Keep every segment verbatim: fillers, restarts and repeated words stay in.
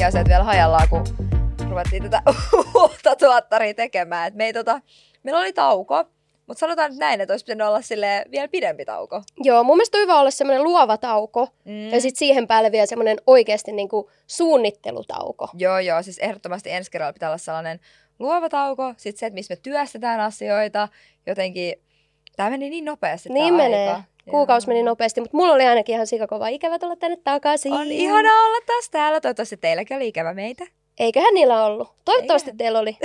kaikki asiat vielä hajallaan, kun ruvettiin tätä uutta tuottaria tekemään. Et me ei, tota, meillä oli tauko, mutta sanotaan nyt näin, että olisi pitänyt olla vielä pidempi tauko. Joo, mun mielestä on hyvä olla semmoinen luova tauko mm. ja sitten siihen päälle vielä semmoinen oikeasti niinku suunnittelutauko. Joo, joo, siis ehdottomasti ensi kerralla pitää olla sellainen luova tauko, sitten se, että missä me työstetään asioita, jotenkin, tämä meni niin nopeasti Niin menee. Aika. Kuukausi meni nopeasti, mutta mulla oli ainakin ihan sikakova ikävä tulla tänne takaisin. On ihanaa olla taas täällä. Toivottavasti teilläkin oli ikävä meitä. Eiköhän niillä ollut. Toivottavasti Eiköhän. Teillä oli.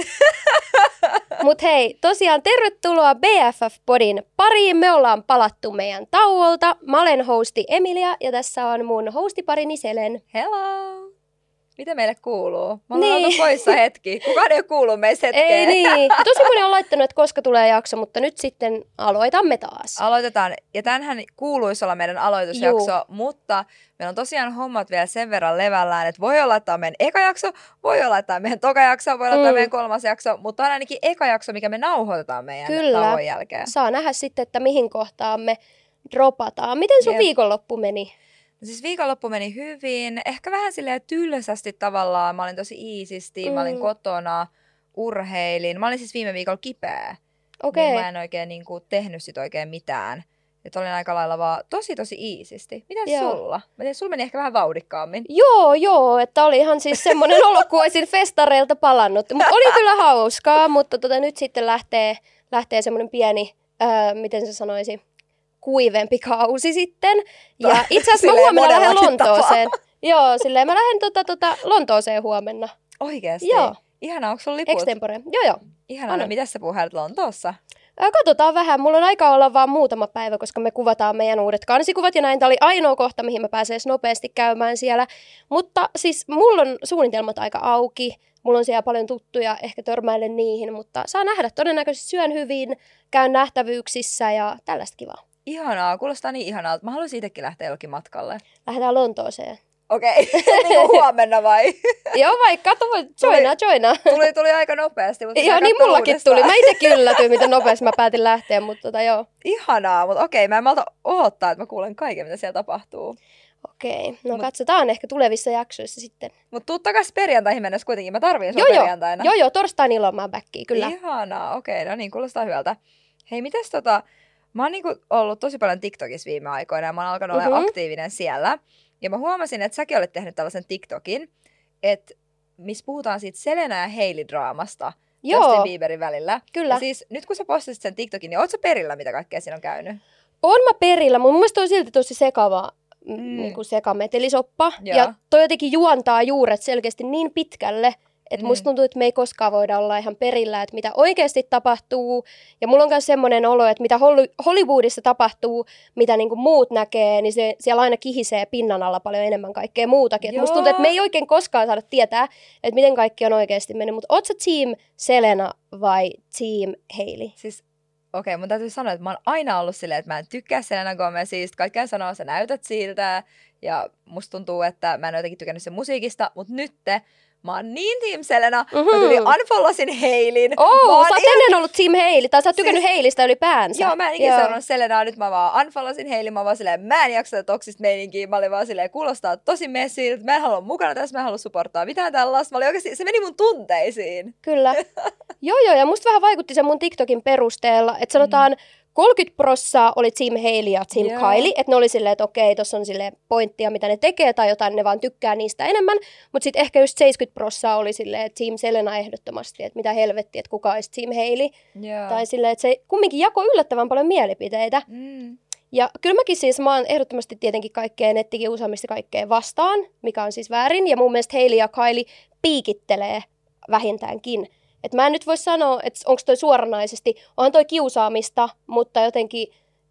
Mut hei, tosiaan tervetuloa B F F-podin pariin. Me ollaan palattu meidän tauolta. Mä olen hosti Emilia ja tässä on mun hostiparini Selen. Hello! Mitä meille kuuluu? Mä ollaan niin. oltu poissa hetki. Kukaan ei ole kuullut meistä hetkeen. Ei niin. Tosi moni on laittanut, että koska tulee jakso, mutta nyt sitten aloitamme taas. Aloitetaan. Ja tämähän kuuluisi olla meidän aloitusjakso, Juu. mutta meillä on tosiaan hommat vielä sen verran levällään, että voi olla, että on meidän eka jakso, voi olla, että on meidän toka jakso, voi olla, että on mm. meidän kolmas jakso, mutta on ainakin eka jakso, mikä me nauhoitetaan meidän Kyllä. tauon jälkeen. Saa nähdä sitten, että mihin kohtaan me dropataan. Miten sun Jep. viikonloppu meni? No siis viikonloppu meni hyvin, ehkä vähän silleen tylsästi tavallaan, mä olin tosi iisisti, mm. mä olin kotona, urheilin, mä olin siis viime viikolla kipeä, okay. niin mä en oikein niin kuin, tehnyt sit oikein mitään. Että olin aika lailla vaan tosi tosi iisisti. Mitäs joo. sulla? Mä tiedän, sulla meni ehkä vähän vauhdikkaammin. Joo, joo, että oli ihan siis semmoinen olo, kun olisin festareilta palannut. Mutta oli kyllä hauskaa, mutta tota, nyt sitten lähtee, lähtee semmoinen pieni, äh, miten se sanoisi, kuivempi kausi sitten. Ja itse asiassa mä huomenna lähden Lontooseen. Joo, silleen mä lähden tota, tota, Lontooseen huomenna. Oikeesti? Joo. Ihanaa, onko sulla liput? Extempore. Joo, joo. Ihanaa, no, mitäs sä puhut Lontoossa? Katsotaan vähän. Mulla on aika olla vaan muutama päivä, koska me kuvataan meidän uudet kansikuvat ja näin. Tämä oli ainoa kohta, mihin mä pääsen nopeasti käymään siellä. Mutta siis mulla on suunnitelmat aika auki. Mulla on siellä paljon tuttuja, ehkä törmäilen niihin, mutta saa nähdä. Todennäköisesti syön hyvin, käyn nähtävyyksissä ja tällaista kivaa. Ihanaa, kuulostaa niin ihanaa. Mä haluaisin itsekin lähteä jollekin matkalle. Lähdetään Lontooseen. Okei, okay. Niin kuin huomenna vai? Joo, vaikka, joina, joina. Tuli, tuli aika nopeasti. Mutta joo, niin mullakin uudestaan. Tuli. Mä itsekin yllätyin, miten nopeasti mä päätin lähteä, mutta tota joo. Ihanaa, mutta okei, mä en malta odottaa, että mä kuulen kaiken, mitä siellä tapahtuu. Okei, no Mut, katsotaan ehkä tulevissa jaksoissa sitten. Mutta tuu takas perjantaihin mennessä kuitenkin, mä tarviin sun joo, perjantaina. Joo, joo, torstain ilon mä backiin, kyllä. Ihanaa, okei, no niin, kuulostaa hyvältä. Hei, mites tota, mä oon niinku ollut tosi paljon TikTokissa viime aikoina ja mä oon alkanut mm-hmm. olla aktiivinen siellä. Ja mä huomasin, että säkin olet tehnyt tällaisen TikTokin, että missä puhutaan siitä Selena ja Hailey-draamasta Justin Bieberin välillä. Kyllä. Ja siis nyt kun sä postasit sen TikTokin, niin oot sä perillä, mitä kaikkea siinä on käynyt? Oon mä perillä, mutta mun mielestä on silti tosi sekava mm. niin kuin sekametelisoppa. Joo. Ja toi jotenkin juontaa juuret selkeästi niin pitkälle, että mm. musta tuntuu, että me ei koskaan voida olla ihan perillä, että mitä oikeasti tapahtuu. Ja mulla on myös semmoinen olo, että mitä Hollywoodissa tapahtuu, mitä niinku muut näkee, niin se siellä aina kihisee pinnan alla paljon enemmän kaikkea muutakin. Et musta tuntuu, että me ei oikein koskaan saada tietää, että miten kaikki on oikeasti mennyt. Mutta oot sä team Selena vai team Hailey? Siis okei, okay, mun täytyy sanoa, että mä oon aina ollut silleen, että mä en tykkää Selena Gomezista. Kaikkea sanoo, sä näytät siltä. Ja musta tuntuu, että mä en jotenkin tykännyt sen musiikista, mutta nytte mä oon niin Team Selena, mm-hmm. mä tulin unfollowasin Haileyn. Oh, sä oot ihan ennen ollut Team Hailey, tai sä oot tykännyt siis Haileystä ylipäänsä. Joo, mä en ikinä seurannut Selenaa, nyt mä vaan unfollowasin Haileyn, mä vaan silleen, mä en jaksa tätä toksista meininkiä, mä olin vaan silleen, kuulostaa tosi messiltä, mä en halua mukana tässä, mä en halua supportaa mitään tällaista, mä olin oikeasti, se meni mun tunteisiin. Kyllä. joo, joo, ja musta vähän vaikutti sen mun TikTokin perusteella, että sanotaan, mm. kolmekymmentä prosenttia oli Team Hailey ja Team Joo. Kylie, että ne oli silleen, että okei, tossa on silleen pointtia, mitä ne tekee, tai jotain, ne vaan tykkää niistä enemmän, mutta sitten ehkä just seitsemänkymmentä prosenttia oli silleen, että Team Selena ehdottomasti, että mitä helvettiä, että kuka olisi Team Hailey, Joo. tai silleen, että se kumminkin jakoi yllättävän paljon mielipiteitä. Mm. Ja kyllä mäkin siis, mä oon ehdottomasti tietenkin kaikkea nettikiusaamista kaikkea vastaan, mikä on siis väärin, ja mun mielestä Hailey ja Kylie piikittelee vähintäänkin. Et mä en nyt voi sanoa, että onko toi suoranaisesti, onhan toi kiusaamista, mutta jotenkin,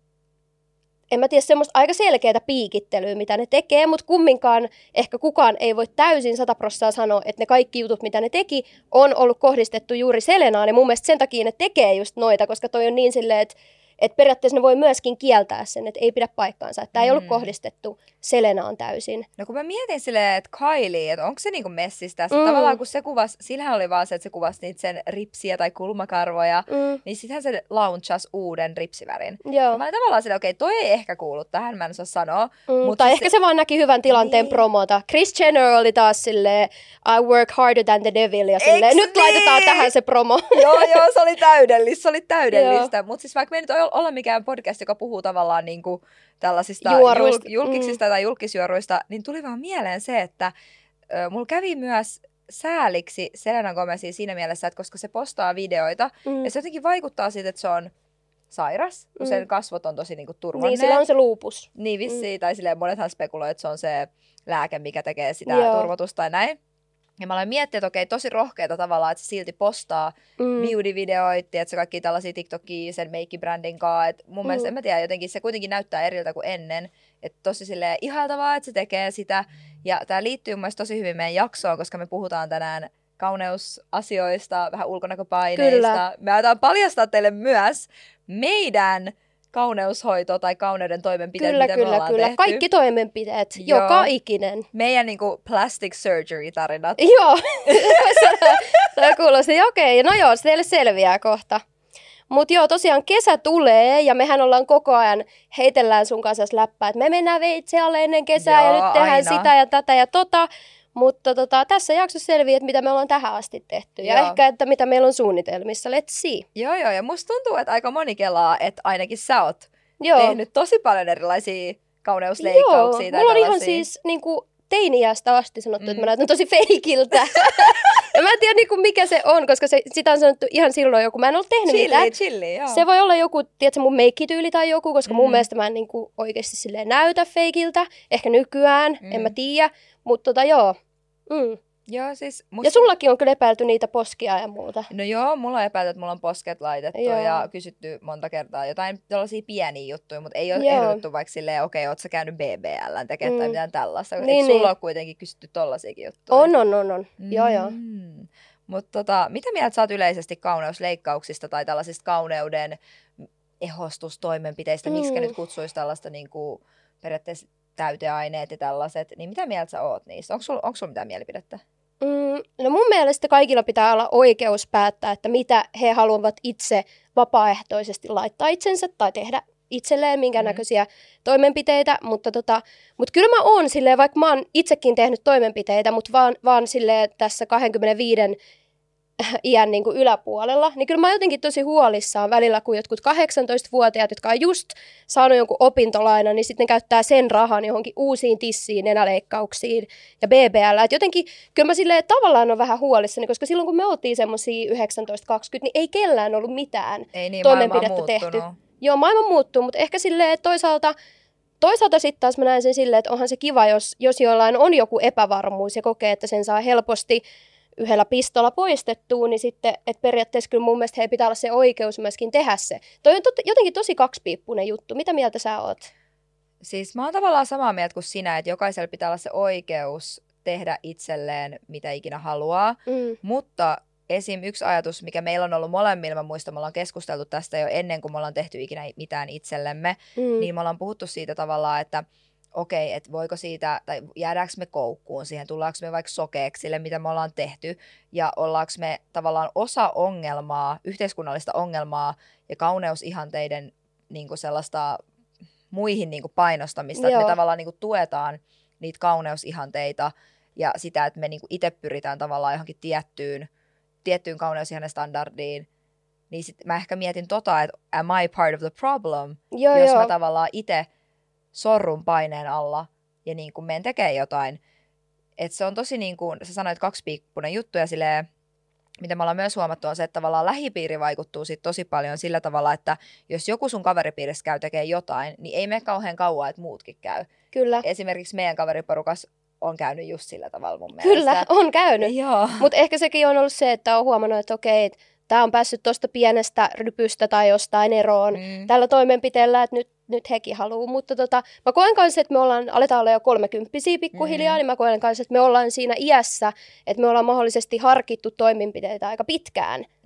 en mä tiedä, semmoista aika selkeää piikittelyä, mitä ne tekee, mutta kumminkaan ehkä kukaan ei voi täysin sata prosenttia sanoa, että ne kaikki jutut, mitä ne teki, on ollut kohdistettu juuri Selenaan, ja mun mielestä sen takia ne tekee just noita, koska toi on niin silleen, että että periaatteessa ne voi myöskin kieltää sen, että ei pidä paikkaansa. Että tämä ei ollut Mm. kohdistettu Selenaan täysin. No kun mä mietin silleen, että Kylie, että onko se niinku messistä, Mm. mm. tavallaan kun se kuvasi, sillähän oli vaan se, että se kuvasi niitä sen ripsiä tai kulmakarvoja, Mm. niin sittenhän se launchasi uuden ripsivärin. Joo. Mä olin tavallaan silleen, okei, toi ei ehkä kuulu tähän, mä en osaa sanoa. Mm, Mut tai siis ehkä se vaan näki hyvän tilanteen Niin. promota. Kris Jenner oli taas silleen, I work harder than the devil, ja silleen, Eiks nyt niin? laitetaan tähän se promo. Joo, joo, se oli täydellistä, se oli täydellistä. Mutta siis vaikka me ei nyt ole- olla mikään podcast, joka puhuu tavallaan niinku tällaisista Juoruista. jul- julkiksista mm. tai julkisjuoruista, niin tuli vaan mieleen se, että ö, mulla kävi myös sääliksi Selena Gomezia siinä mielessä, että koska se postaa videoita, Mm. ja se jotenkin vaikuttaa siitä, että se on sairas, kun Mm. sen kasvot on tosi niinku Niin, turvanneet. sillä on se luupus. Niin vissiin, mm. tai silleen monethan spekuloi, että se on se lääke, mikä tekee sitä Joo. turvotusta tai näin. Ja mä aloin miettiä, että okei, tosi rohkeata tavallaan, että se silti postaa Mm. beauty-videoita, että se kaikki tällaisia TikTokia sen make-brändin kanssa. Et mun mm. mielestä, en mä tiedä, jotenkin se kuitenkin näyttää eriltä kuin ennen. Että tosi silleen ihailtavaa, että se tekee sitä. Ja tää liittyy mun mielestä tosi hyvin meidän jaksoon, koska me puhutaan tänään kauneusasioista, vähän ulkonäköpaineista. Kyllä. Me aletaan paljastaa teille myös meidän kauneushoito tai kauneuden toimenpiteet, Kyllä, mitä me kyllä, ollaan kyllä. tehty. Kaikki toimenpiteet, Joo. joka ikinen. Meidän niinku plastic surgery-tarinat. Joo, tämä kuulosti. Okei, no joo, se teille selviää kohta. Mutta joo, tosiaan kesä tulee ja mehän ollaan koko ajan, heitellään sun kanssa läppää, että me mennään veitsealle ennen kesää Joo, ja nyt tehdään aina. sitä ja tätä ja tota. Mutta tota, tässä jaksossa selviää, että mitä me ollaan tähän asti tehty ja Joo. ehkä, että mitä meillä on suunnitelmissa. Let's see. Joo, joo, ja musta tuntuu, että aika moni kelaa, että ainakin sä oot Joo. tehnyt tosi paljon erilaisia kauneusleikkauksia. Joo, tai mulla on ihan tällaisia. siis niinku, teini-iästä asti sanottu, mm. että Mm. mä näytän tosi feikiltä. Ja mä en tiedä niinku, mikä se on, koska se, sitä on sanottu ihan silloin joku. Mä en ollut tehnyt mitään. Chilli, chilli, joo. Se voi olla joku, tiedätkö, mun meikkityyli tai joku, koska mun Mm. mielestä mä en niinku oikeasti silleen näytä feikiltä. Ehkä nykyään, Mm. en mä tiedä. Mutta tota joo. Mm. Joo, siis musta... Ja sullakin on kyllä epäilty niitä poskia ja muuta. No joo, mulla on epäilty, että mulla on posket laitettu Joo. ja kysytty monta kertaa jotain tällaisia pieniä juttuja, mutta ei ole Joo. ehdotettu vaikka silleen, okei, ootko sä käynyt B B L tekemään Mm. tai mitään tällaista. Niin, Eikö sulla niin. ole kuitenkin kysytty tollaisiakin juttuja? On, on, on, on. Mm. Joo, joo. Mm. Mutta tota, mitä mieltä sä oot yleisesti kauneusleikkauksista tai tällaisista kauneuden ehostustoimenpiteistä, mm. miksi nyt kutsuisi tällaista niinku, periaatteessa täyteaineet ja tällaiset, niin mitä mieltä sä oot niistä? Onko sulla onko sul mitään mielipidettä? Mm, no mun mielestä kaikilla pitää olla oikeus päättää, että mitä he haluavat itse vapaaehtoisesti laittaa itsensä tai tehdä itselleen, minkä näköisiä mm. toimenpiteitä, mutta tota, mut kyllä mä oon silleen, vaikka mä oon itsekin tehnyt toimenpiteitä, mutta vaan, vaan silleen tässä kaksikymmentäviisi iän niin kuin yläpuolella, niin kyllä mä oon jotenkin tosi huolissaan välillä, kun jotkut kahdeksantoistavuotiaat, jotka on just saanut jonkun opintolainan, niin sitten ne käyttää sen rahan johonkin uusiin tissiin, nenäleikkauksiin ja B B L. Et jotenkin kyllä mä silleen tavallaan on vähän huolissani, koska silloin kun me oltiin semmosia yhdeksäntoista kaksikymmentä, niin ei kellään ollut mitään Ei niin, toimenpidettä tehty. Joo, maailma muuttuu, mutta ehkä silleen, että toisaalta, toisaalta sitten taas mä näen sen silleen, että onhan se kiva, jos, jos jollain on joku epävarmuus ja kokee, että sen saa helposti yhdellä pistolla poistettua, niin sitten, että periaatteessa kyllä mun mielestä heillä pitää olla se oikeus myöskin tehdä se. Toi on tot, jotenkin tosi kaksipiippunen juttu. Mitä mieltä sä oot? Siis mä oon tavallaan samaa mieltä kuin sinä, että jokaisella pitää olla se oikeus tehdä itselleen mitä ikinä haluaa, Mm. mutta esim. Yksi ajatus, mikä meillä on ollut molemmilla, mä muistan, me ollaan keskusteltu tästä jo ennen kuin me ollaan tehty ikinä mitään itsellemme, Mm. niin me ollaan puhuttu siitä tavallaan, että okei, että voiko siitä, tai jäädäänkö me koukkuun siihen, tullaanko me vaikka sokeeksi sille, mitä me ollaan tehty, ja ollaanko me tavallaan osa ongelmaa, yhteiskunnallista ongelmaa ja kauneusihanteiden niin kuin sellaista muihin niin kuin painostamista, että me Joo. tavallaan niin kuin tuetaan niitä kauneusihanteita ja sitä, että me niin kuin itse pyritään tavallaan johonkin tiettyyn, tiettyyn kauneusihannestandardiin, niin sit mä ehkä mietin tota, että am I part of the problem, Joo, jos joo. mä tavallaan itse sorrun paineen alla ja niin kuin menen tekemään jotain. Että se on tosi niin kuin, sä sanoit kaksipiippunen juttu ja silleen, mitä me ollaan myös huomattu on se, että tavallaan lähipiiri vaikuttuu sit tosi paljon sillä tavalla, että jos joku sun kaveripiirissä käy tekee jotain, niin ei mene kauhean kauan, että muutkin käy. Kyllä. Esimerkiksi meidän kaveriporukas on käynyt just sillä tavalla mun Kyllä, mielestä. on käynyt. Joo. Mutta ehkä sekin on ollut se, että on huomannut, että okei, tämä on päässyt tuosta pienestä rypystä tai jostain eroon Mm. tällä toimenpiteellä, että nyt, nyt hekin haluaa. Mutta tota, mä koen kanssa, että me ollaan, aletaan olla jo kolmekymppisiä pikkuhiljaa, Mm. niin mä koen kanssa, että me ollaan siinä iässä, että me ollaan mahdollisesti harkittu toimenpiteitä aika pitkään. Mm.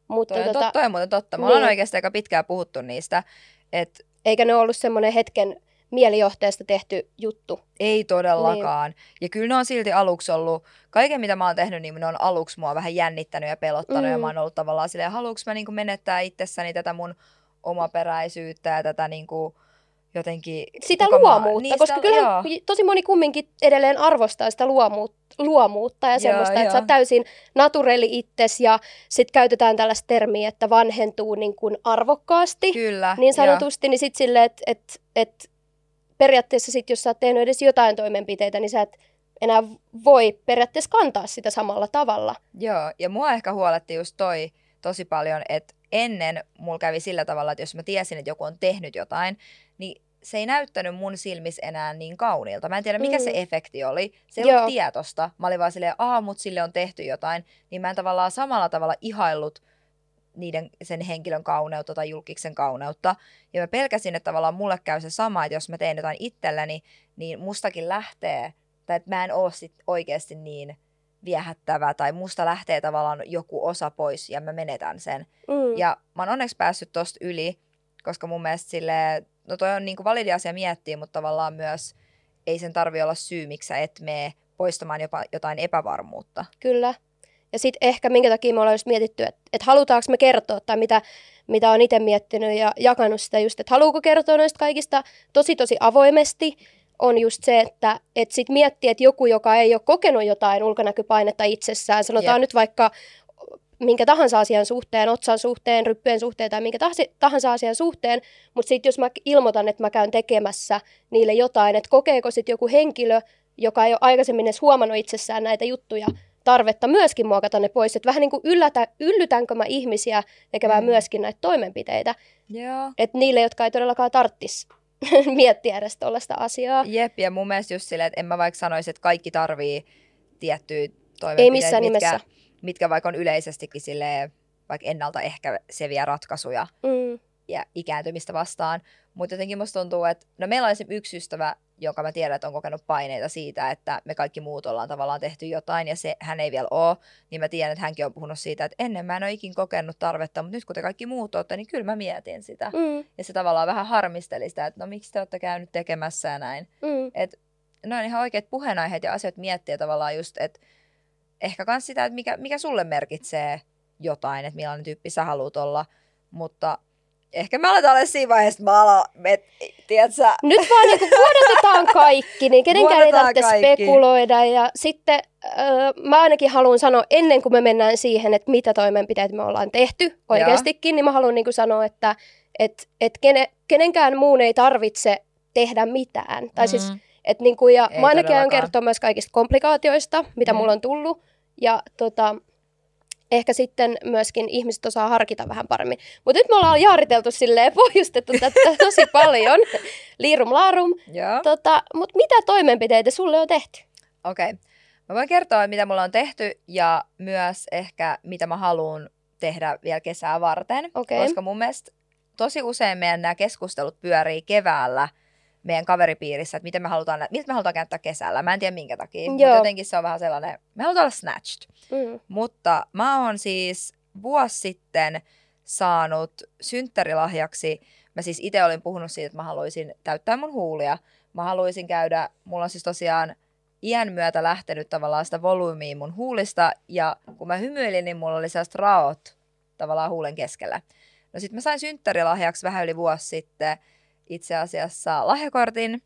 Mutta toi, on tota, tot, toi on muuten totta. Me niin. ollaan oikeasti aika pitkään puhuttu niistä. Et eikä ne ollut semmoinen hetken mielijohteesta tehty juttu. ei todellakaan. Niin. Ja kyllä ne on silti aluksi ollut, kaiken mitä mä oon tehnyt, niin ne on aluksi mua vähän jännittänyt ja pelottanut. Mm. Ja mä oon ollut tavallaan silleen, haluuks mä niinku menettää itsessäni tätä mun omaperäisyyttä ja tätä niinku jotenkin... Sitä luomuutta, niin, koska sitä, kyllä joo. tosi moni kumminkin edelleen arvostaa sitä luomuutta, luomuutta ja semmoista, joo, että joo. sä oot täysin naturelli itses ja sit käytetään tällaista termiä, että vanhentuu niin kuin arvokkaasti. Kyllä, niin sanotusti, jo. Niin sit silleen, että et, et periaatteessa sit, jos sä oot tehnyt edes jotain toimenpiteitä, niin sä et enää voi periaatteessa kantaa sitä samalla tavalla. Joo, ja mua ehkä huoletti just toi tosi paljon, että ennen mulla kävi sillä tavalla, että jos mä tiesin, että joku on tehnyt jotain, niin se ei näyttänyt mun silmissä enää niin kauniilta. Mä en tiedä, mikä mm. se efekti oli. Se ei Joo. ollut tietosta. Mä olin vaan silleen, aah, mut sille on tehty jotain. Niin mä en tavallaan samalla tavalla ihaillut niiden, sen henkilön kauneutta tai julkiksen kauneutta. Ja mä pelkäsin, että tavallaan mulle käy se sama, että jos mä teen jotain itselläni, niin mustakin lähtee, tai että mä en oo sit oikeasti niin viehättävä, tai musta lähtee tavallaan joku osa pois ja mä menetän sen. Mm. Ja mä oon onneksi päässyt tosta yli, koska mun mielestä silleen, no toi on niinku validi asia miettiä, mutta tavallaan myös ei sen tarvi olla syy, miksi sä et mene poistamaan jopa jotain epävarmuutta. Kyllä. Ja sitten ehkä minkä takia me ollaan just mietitty, että et halutaanko me kertoa, tai mitä, mitä on itse miettinyt ja jakanut sitä just, että haluuko kertoa noista kaikista tosi tosi avoimesti, on just se, että et sit miettii, että joku, joka ei ole kokenut jotain ulkonäköpainetta itsessään, sanotaan Jep. nyt vaikka minkä tahansa asian suhteen, otsan suhteen, ryppyen suhteen tai minkä tahansa asian suhteen, mutta sitten jos mä ilmoitan, että mä käyn tekemässä niille jotain, että kokeeko sitten joku henkilö, joka ei ole aikaisemmin edes huomannut itsessään näitä juttuja, tarvetta myöskin muokata ne pois, että vähän niin kuin yllätä, yllytänkö mä ihmisiä tekemään mm. myöskin näitä toimenpiteitä, Joo. että niille, jotka ei todellakaan tarttisi miettiä edes tuollaista asiaa. Jep, ja mun mielestä just silleen, että en mä vaikka sanoisi, että kaikki tarvii tiettyjä toimenpiteitä, ei missään mitkä, nimessä. mitkä vaikka on yleisestikin silleen, vaikka ennaltaehkäiseviä ratkaisuja mm. ja ikääntymistä vastaan. Mutta jotenkin musta tuntuu, että no meillä on yksi ystävä, jonka mä tiedän, että on kokenut paineita siitä, että me kaikki muut ollaan tavallaan tehty jotain ja se, hän ei vielä ole, niin mä tiedän, että hänkin on puhunut siitä, että ennen mä en ole ikin kokenut tarvetta, mutta nyt kun te kaikki muut olette, niin kyllä mä mietin sitä. Mm. Ja se tavallaan vähän harmisteli sitä, että no miksi te olette käynyt tekemässä ja näin. Mm. Että ne on ihan oikeat puheenaiheet ja asiat miettiä tavallaan just, että ehkä myös sitä, että mikä, mikä sulle merkitsee jotain, että millainen tyyppi sä haluat olla, mutta ehkä me aletaan olla siinä vaiheessa, että mä alan, et, tiedätkö? Nyt vaan niin vuodatetaan kaikki, niin kenenkään ei tarvitse kaikki. spekuloida. Ja sitten äh, mä ainakin haluan sanoa, ennen kuin me mennään siihen, että mitä toimenpiteitä me ollaan tehty oikeastikin, Joo. niin mä haluan niin sanoa, että et, et kene, kenenkään muun ei tarvitse tehdä mitään. Tai mm. siis, et niin kuin, ja ei mä ainakin aion kertoa myös kaikista komplikaatioista, mitä mm. mulla on tullut. Ja tota... Ehkä sitten myöskin ihmiset osaa harkita vähän paremmin. Mutta nyt me ollaan jaariteltu silleen, pohjustettu tätä tosi paljon. Liirum laarum. Tota, mutta mitä toimenpiteitä sulle on tehty? Okei. Okay. Mä voin kertoa, mitä mulla on tehty ja myös ehkä mitä mä haluan tehdä vielä kesää varten. Okay. Koska mun mielestä tosi usein meidän nämä keskustelut pyörii keväällä meidän kaveripiirissä, että miten me halutaan, miltä me halutaan käyttää kesällä. Mä en tiedä minkä takia, mutta jotenkin se on vähän sellainen, me halutaan olla snatched. Mm. Mutta mä oon siis vuosi sitten saanut synttärilahjaksi, mä siis itse olin puhunut siitä, että mä haluaisin täyttää mun huulia. Mä haluaisin käydä, mulla on siis tosiaan iän myötä lähtenyt tavallaan sitä volyymia mun huulista, ja kun mä hymyilin, niin mulla oli sellaiset raot tavallaan huulen keskellä. No sit mä sain synttärilahjaksi vähän yli vuosi sitten itse asiassa lahjakortin,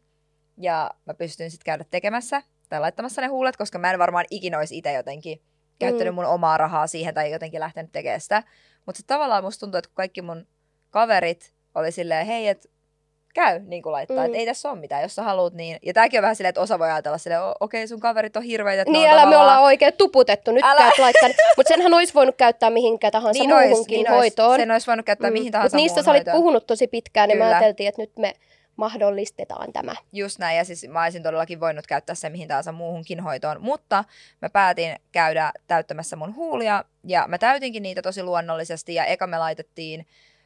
ja mä pystyin sitten käydä tekemässä tai laittamassa ne huulet, koska mä en varmaan ikinä olisi itse jotenkin käyttänyt mun omaa rahaa siihen tai jotenkin lähtenyt tekemään sitä. Mutta tavallaan musta tuntuu, että kun kaikki mun kaverit oli silleen, hei, että käy niin kuin laittaa, mm. että ei tässä ole mitään, jos sä haluat niin. Ja tääkin on vähän silleen, että osa voi ajatella silleen, okei, okay, sun kaverit on hirveitä. Niin, älä tavallaan... me ollaan oikein tuputettu, nyt älä... käyt laittaa. Mutta senhän olisi voinut käyttää mihinkä tahansa niin muuhunkin ois, niin hoitoon. Ois. Sen olisi voinut käyttää mm. mihin tahansa Mut niistä muuhun sä olit hoitoon. puhunut tosi pitkään, niin me ajateltiin, että nyt me mahdollistetaan tämä. Just näin, ja siis mä olisin todellakin voinut käyttää sen mihin tahansa muuhunkin hoitoon, mutta mä päätin käydä täyttämässä mun huulia, ja mä täytinkin niitä tosi luonnollisesti, ja eka me laitettiin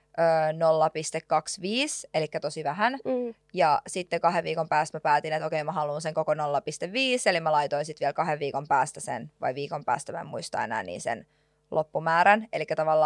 ö, nolla pilkku kaksikymmentäviisi, eli tosi vähän, mm. ja sitten kahden viikon päästä mä päätin, että okei, mä haluan sen koko nolla pilkku viisi, eli mä laitoin sitten vielä kahden viikon päästä sen, vai viikon päästä mä en muista enää niin sen loppumäärän, eli tavallaan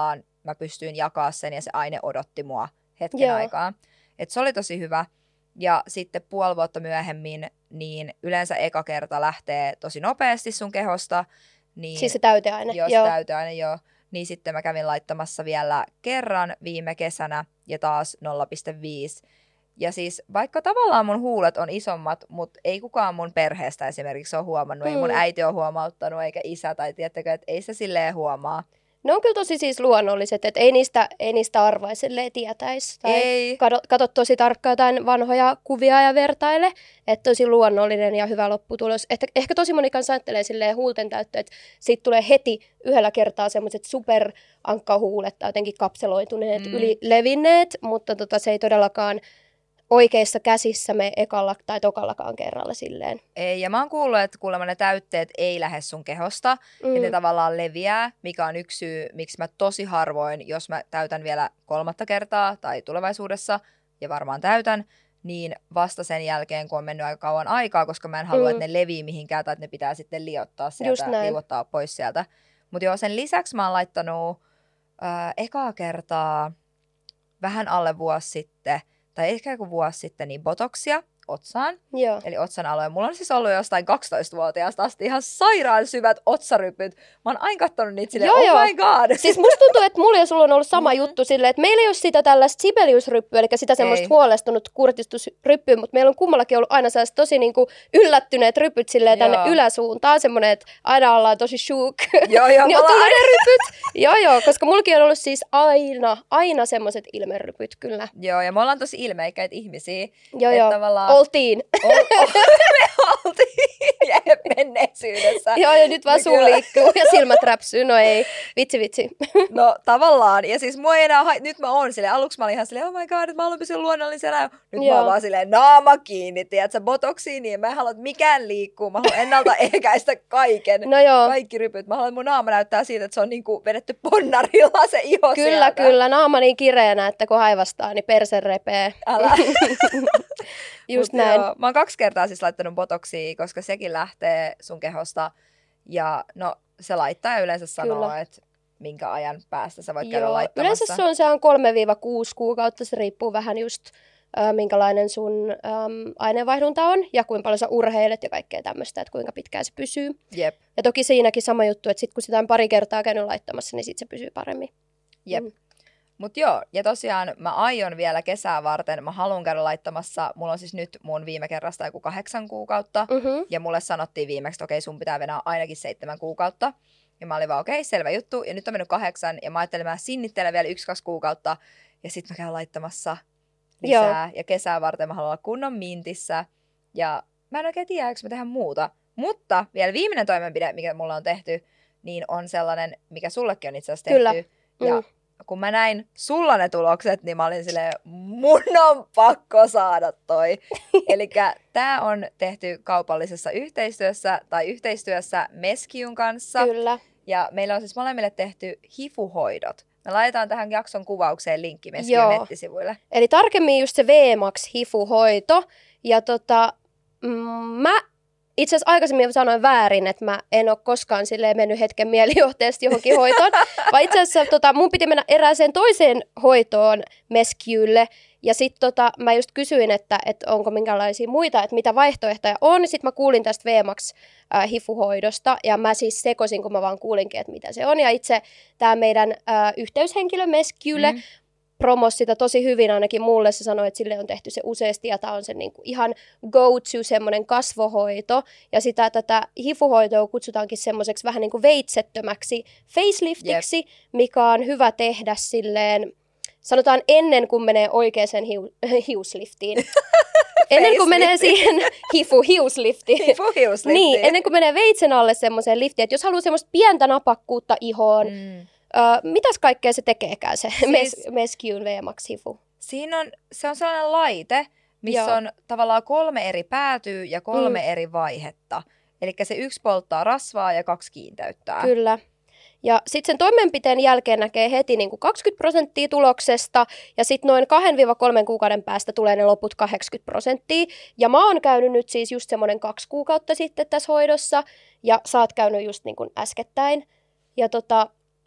mä pystyin jakaa sen ja se aine odotti mua hetken Joo. aikaa. Et se oli tosi hyvä. Ja sitten puoli vuotta myöhemmin, niin yleensä eka kerta lähtee tosi nopeasti sun kehosta. Niin, Siis se täyteaine. Joo, se täyteaine, joo. Niin sitten mä kävin laittamassa vielä kerran viime kesänä ja taas nolla pilkku viisi. Ja siis vaikka tavallaan mun huulet on isommat, mutta ei kukaan mun perheestä esimerkiksi ole huomannut. Mm. Ei mun äiti ole huomauttanut eikä isä tai tiettäkö, että ei se silleen huomaa. Ne on kyllä tosi siis luonnolliset, että ei niistä, ei niistä arvaiselleen tietäisi. Tai ei. Kato, kato tosi tarkkaan jotain vanhoja kuvia ja vertaile, että tosi luonnollinen ja hyvä lopputulos. Että ehkä tosi moni kanssa ajattelee silleen huulten täyttö, että siitä tulee heti yhdellä kertaa semmoiset superankkahuulet tai jotenkin kapseloituneet, mm. ylilevinneet, mutta tota, se ei todellakaan oikeissa käsissä me ekalla tai tokallakaan kerralla silleen. Ei, ja mä oon kuullut, että kuulemma ne täytteet ei lähde sun kehosta, mm. ja ne tavallaan leviää, mikä on yksi syy, miksi mä tosi harvoin, jos mä täytän vielä kolmatta kertaa tai tulevaisuudessa, ja varmaan täytän, niin vasta sen jälkeen, kun on mennyt aika kauan aikaa, koska mä en halua, mm. että ne levii mihinkään, tai että ne pitää sitten liottaa sieltä, liuottaa pois sieltä. Mutta joo, sen lisäksi mä oon laittanut äh, ekaa kertaa vähän alle vuosi sitten, tai ehkä joku vuosi sitten, niin botoksia otsaan, Joo. eli otsan aloja. Mulla on siis ollut jostain kaksitoistavuotiaasta asti ihan sairaan syvät otsarypyt. Mä oon aina kattonut niitä silleen, joo, oh joo. my god. Siis musta tuntuu, että mulla ja sulla on ollut sama mm-hmm. juttu silleen, että meillä ei ole sitä tällaista sibeliusryppyä, eli sitä semmoista ei. huolestunut kurtistusryppyä, mutta meillä on kummallakin ollut aina sellaiset tosi niinku yllättyneet rypyt silleen tänne joo. yläsuuntaan, semmoinen, että aina ollaan tosi shook. Joo, joo. niin on tullut ne rypyt. joo, joo, koska mullakin on ollut siis aina, aina semmoiset ilmerypyt, kyllä. Joo, ja me ollaan tosi ilmeikkäitä ihmisiä. Joo, joo. Tavallaan... Oltiin. O- o- me oltiin menneisyydessä. Joo, ja nyt vaan suu liikkuu ja silmät räpsyy. No ei, vitsi vitsi. No tavallaan. Ja siis mua ei enää, ha- nyt mä oon silleen, aluksi mä olin ihan silleen, oh my god, että mä haluan pysyä luonnollisena. Nyt Joo. mä oon vaan silleen, naama kiinni, tiedätkö, botoksiin, niin mä en halua, että mikään liikkuu. Mä haluan ennaltaehkäistä kaiken. No joo. Kaikki rypyt. Mä haluan, että mun naama näyttää siitä, että se on niinku vedetty ponnarilla se iho Kyllä, sieltä. kyllä. Naama niin kireänä, että kun haivastaa, niin perse repee. Älä. Just Mut näin. Joo, mä oon kaksi kertaa siis laittanut botoksia, koska sekin lähtee sun kehosta. Ja no se laittaja yleensä sanoo, Kyllä. että minkä ajan päästä sä voit käydä Joo, laittamassa. Yleensä se on sehän kolme kuusi kuukautta, se riippuu vähän just äh, minkälainen sun ähm, aineenvaihdunta on ja kuinka paljon sä urheilet ja kaikkea tämmöistä, että kuinka pitkään se pysyy. Jep. Ja toki siinäkin sama juttu, että sit kun sitä on pari kertaa käynyt laittamassa, niin sit se pysyy paremmin. Jep. Mm. Mut joo, ja tosiaan mä aion vielä kesää varten, mä haluan käydä laittamassa, mulla on siis nyt mun viime kerrasta joku kahdeksan kuukautta, Mm-hmm. ja mulle sanottiin viimeksi, että okei, sun pitää venää ainakin seitsemän kuukautta. Ja mä olin vaan, okei, selvä juttu, ja nyt on mennyt kahdeksan, ja mä ajattelin, mä sinnittelen vielä yksi, kaksi kuukautta, ja sit mä käyn laittamassa lisää, joo. ja kesää varten mä haluan olla kunnon mintissä, ja mä en oikein tiedä, eikö mä tehdä muuta. Mutta vielä viimeinen toimenpide, mikä mulla on tehty, niin on sellainen, mikä sullekin on itse asiassa tehty. Kyllä. Ja mm. kun mä näin sulla ne tulokset, niin mä olin silleen, mun on pakko saada toi. Elikkä tää on tehty kaupallisessa yhteistyössä tai yhteistyössä Meskiun kanssa. Kyllä. Ja meillä on siis molemmille tehty hifuhoidot. Me laitetaan tähän jakson kuvaukseen linkki Meskiun Joo. nettisivuille. Eli tarkemmin just se V MAX hifuhoito. Ja tota, mm, mä itse asiassa aikaisemmin sanoin väärin, että mä en ole koskaan silleen mennyt hetken mielijohteesti johonkin hoitoon. Vaan itse asiassa tota, mun piti mennä erääseen toiseen hoitoon Meskiulle. Ja sitten tota, mä just kysyin, että, että onko minkälaisia muita, että mitä vaihtoehtoja on. Sitten mä kuulin tästä V MAX äh, hifuhoidosta ja mä siis sekosin, kun mä vaan kuulinkin, että mitä se on. Ja itse tämä meidän äh, yhteyshenkilö Meskiulle mm. promosi sitä tosi hyvin, ainakin mulle se sanoi, että sille on tehty se useasti ja tämä on se niinku ihan go-to semmoinen kasvohoito. Ja sitä tätä hifuhoitoa kutsutaankin semmoiseksi vähän niin kuin veitsettömäksi faceliftiksi, yep. mikä on hyvä tehdä silleen, sanotaan ennen kuin menee oikeaan hiu, hiusliftiin. ennen kuin menee siihen hifu-hiusliftiin. Hifu-hiusliftiin. Niin, ennen kuin menee veitsen alle semmoiseen liftiin, että jos haluaa semmoista pientä napakkuutta ihoon, mm. Uh, mitäs kaikkea se tekeekään se siis, Mes- Meskiun V MAX hifu? Siinä on, se on sellainen laite, missä Joo. on tavallaan kolme eri päätyä ja kolme mm. eri vaihetta. Eli se yksi polttaa rasvaa ja kaksi kiinteyttää. Kyllä. Ja sitten sen toimenpiteen jälkeen näkee heti niin kuin kaksikymmentä prosenttia tuloksesta ja sitten noin kahden kolmen kuukauden päästä tulee ne loput kahdeksankymmentä prosenttia. Ja mä oon käynyt nyt siis just semmoinen kaksi kuukautta sitten tässä hoidossa ja sä oot käynyt just niin kuin äskettäin. Ja tota,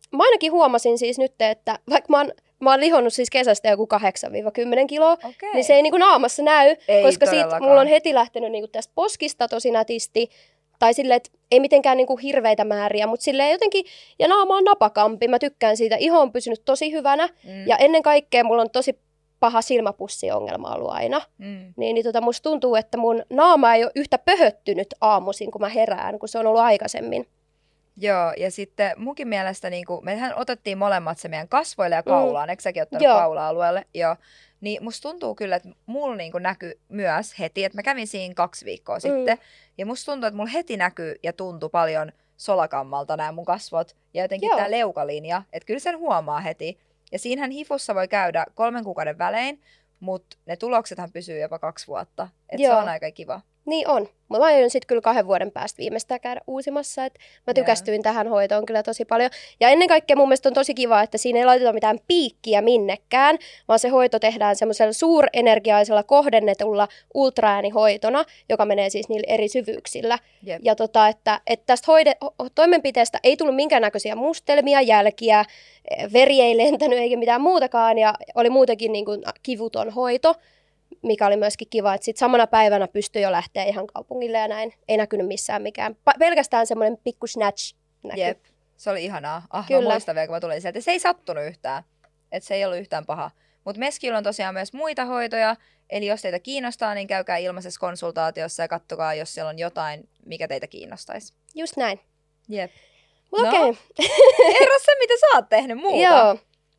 mä ainakin huomasin siis nyt, että vaikka mä oon, mä oon lihonnut siis kesästä joku kahdeksan kymmenen kiloa, Okei. niin se ei niinku naamassa näy, Ei koska sit todellakaan. mulla on heti lähtenyt niinku tästä poskista tosi nätisti, tai silleen, että ei mitenkään niinku hirveitä määriä, mutta silleen jotenkin, ja naama on napakampi, mä tykkään siitä, iho on pysynyt tosi hyvänä, Mm. ja ennen kaikkea mulla on tosi paha silmäpussiongelma ollut aina. Mm. Niin, niin tota, musta tuntuu, että mun naama ei ole yhtä pöhöttynyt aamuisin, kun mä herään, kun se on ollut aikaisemmin. Joo, ja sitten munkin mielestä, niin kuin, mehän otettiin molemmat se meidän kasvoille ja kaulaan, mm. eikö säkin ottanut Joo. kaula-alueelle? Joo. Niin musta tuntuu kyllä, että mulla niin kuin näkyy myös heti, että mä kävin siinä kaksi viikkoa mm. sitten, ja musta tuntuu, että mulla heti näkyy ja tuntui paljon solakammalta nämä mun kasvot, ja jotenkin Joo. tämä leukalinja, että kyllä sen huomaa heti. Ja siinähän hifussa voi käydä kolmen kuukauden välein, mutta ne tuloksethan pysyy jopa kaksi vuotta, että se Joo. on aika kiva. Niin on. Mä aion sitten kyllä kahden vuoden päästä viimeistään käydä uusimassa. Et mä tykästyin tähän hoitoon kyllä tosi paljon. Ja ennen kaikkea mun mielestä on tosi kiva, että siinä ei laiteta mitään piikkiä minnekään, vaan se hoito tehdään semmoisella suurenergiaisella kohdennetulla ultraäänihoitona, joka menee siis niillä eri syvyyksillä. Jep. Ja tota, että, että tästä hoide- toimenpiteestä ei tullut minkäännäköisiä mustelmia, jälkiä, veri ei lentänyt eikä mitään muutakaan, ja oli muutenkin niin kuin kivuton hoito, mikä oli myöskin kiva, että sitten samana päivänä pystyi jo lähteä ihan kaupungille ja näin. Ei näkynyt missään mikään. Pa- pelkästään semmoinen pikku snatch näkyi. Jep, se oli ihanaa. Ah, Kyllä. mä muistan vielä, kun mä tulin sieltä. Se ei sattunut yhtään, että se ei ollut yhtään paha. Mutta Meskillä on tosiaan myös muita hoitoja, eli jos teitä kiinnostaa, niin käykää ilmaisessa konsultaatiossa ja kattokaa, jos siellä on jotain, mikä teitä kiinnostaisi. Just näin. Jep. Mutta No, okei. Kerro se, mitä sä oot tehnyt muuta. Joo.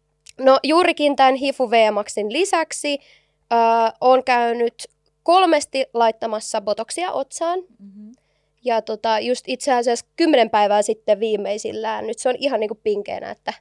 No juurikin tämän Hifu V MAXin lisäksi äh, olen käynyt kolmesti laittamassa botoksia otsaan. Mm-hmm. Ja tota, just itse asiassa kymmenen päivää sitten viimeisillään. Nyt se on ihan niinku pinkeänä, että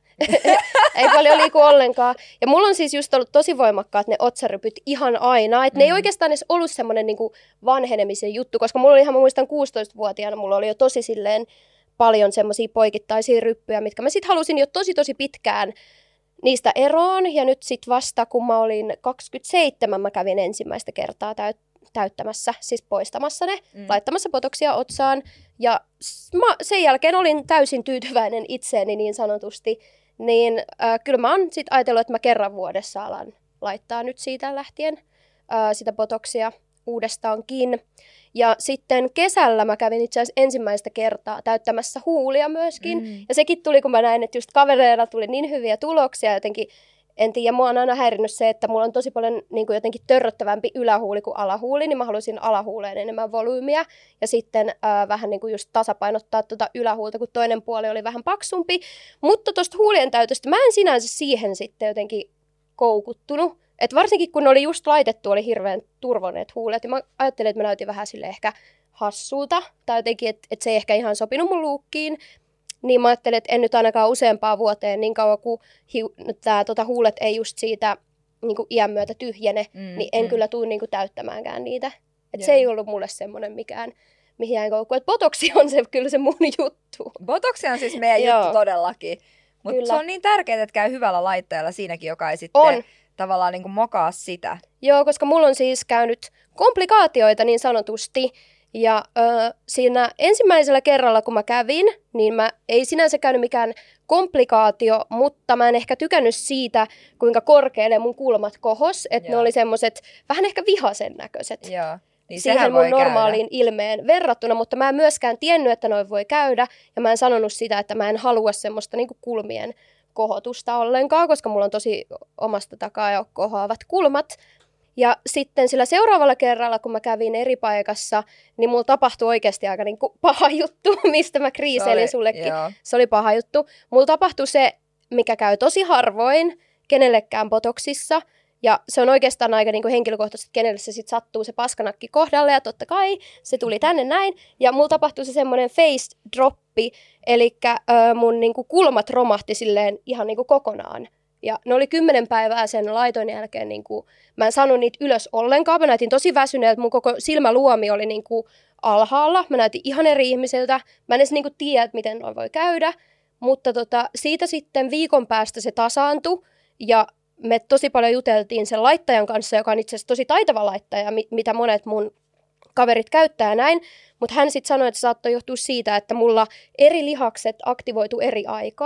ei paljon liiku ollenkaan. Ja mulla on siis just ollut tosi voimakkaat ne otsarypyt ihan aina. Että mm. ne ei oikeastaan edes ollut semmoinen niinku vanhenemisen juttu, koska mulla oli ihan, mä muistan kuusitoistavuotiaana, mulla oli jo tosi silleen paljon semmoisia poikittaisia ryppyjä, mitkä mä sit halusin jo tosi tosi pitkään niistä eroon. Ja nyt sit vasta, kun mä olin kaksikymmentäseitsemän, mä kävin ensimmäistä kertaa täyt- täyttämässä, siis poistamassa ne, mm. laittamassa botoksia otsaan. Ja mä sen jälkeen olin täysin tyytyväinen itseeni niin sanotusti. Niin äh, kyllä mä oon sit ajatellut, että mä kerran vuodessa alan laittaa nyt siitä lähtien äh, sitä botoksia uudestaankin. Ja sitten kesällä mä kävin itse asiassa ensimmäistä kertaa täyttämässä huulia myöskin. Mm. Ja sekin tuli, kun mä näin, että just kavereilla tuli niin hyviä tuloksia jotenkin. En tiedä, mua on aina häirinnyt se, että mulla on tosi paljon niin kuin jotenkin törröttävämpi ylähuuli kuin alahuuli, niin mä halusin alahuuleen enemmän volyymiä. Ja sitten äh, vähän niin kuin just tasapainottaa tuota ylähuulta, kun toinen puoli oli vähän paksumpi. Mutta tuosta huulien täytöstä mä en sinänsä siihen sitten jotenkin koukuttunut. Et varsinkin kun ne oli just laitettu, oli hirveän turvoneet huulet. Ja mä ajattelin, että mä näytin vähän sille ehkä hassulta. Tai jotenkin, että et se ei ehkä ihan sopinut mun luukkiin. Niin mä ajattelin, että en nyt ainakaan useampaa vuoteen niin kauan, kun hi- tää, tota, huulet ei just siitä niin kuin iän myötä tyhjene, mm, niin en mm. kyllä tule niin kuin täyttämäänkään niitä. Et se ei ollut mulle semmoinen mikään, mihin jäin koukkuun. Et botoksi on se, kyllä se mun juttu. Botoksi on siis meidän juttu todellakin. Mutta se on niin tärkeää, että käy hyvällä laitteella siinäkin, joka ei sitten on. tavallaan niin kuin mokaa sitä. Joo, koska mulla on siis käynyt komplikaatioita niin sanotusti. Ja ö, siinä ensimmäisellä kerralla, kun mä kävin, niin mä ei sinänsä käynyt mikään komplikaatio, mutta mä en ehkä tykännyt siitä, kuinka korkealle mun kulmat kohos. Että ne oli semmoiset vähän ehkä vihasen näköiset. Joo. Niin siihen mun normaaliin käydä. ilmeen verrattuna, mutta mä en myöskään tiennyt, että noin voi käydä. Ja mä en sanonut sitä, että mä en halua semmoista niinku kulmien kohotusta ollenkaan, koska mulla on tosi omasta takaa jo kohoavat kulmat. Ja sitten sillä seuraavalla kerralla, kun mä kävin eri paikassa, niin mulla tapahtui oikeasti aika niin kuin paha juttu, mistä mä kriiseilin sullekin. Joo. Se oli paha juttu. Mulla tapahtui se, mikä käy tosi harvoin kenellekään botoksissa. Ja se on oikeastaan aika niin kuin henkilökohtaisesti, kenelle se sitten sattuu se paskanakki kohdalle. Ja totta kai se tuli tänne näin. Ja mulla tapahtui se semmoinen face droppi, eli mun niin kuin kulmat romahti silleen ihan niin kuin kokonaan. Ja ne oli kymmenen päivää sen laiton jälkeen, niin kuin, mä en saanut niitä ylös ollenkaan. Mä näytin tosi väsyneeltä, mun koko silmäluomi oli niin kuin alhaalla. Mä näytin ihan eri ihmiseltä. Mä en edes niin kuin tiedä, että miten noin voi käydä. Mutta tota, siitä sitten viikon päästä se tasaantui. Ja me tosi paljon juteltiin sen laittajan kanssa, joka on itse asiassa tosi taitava laittaja, mitä monet mun kaverit käyttää näin. Mutta hän sitten sanoi, että se saattoi johtua siitä, että mulla eri lihakset aktivoitu eri aikaan.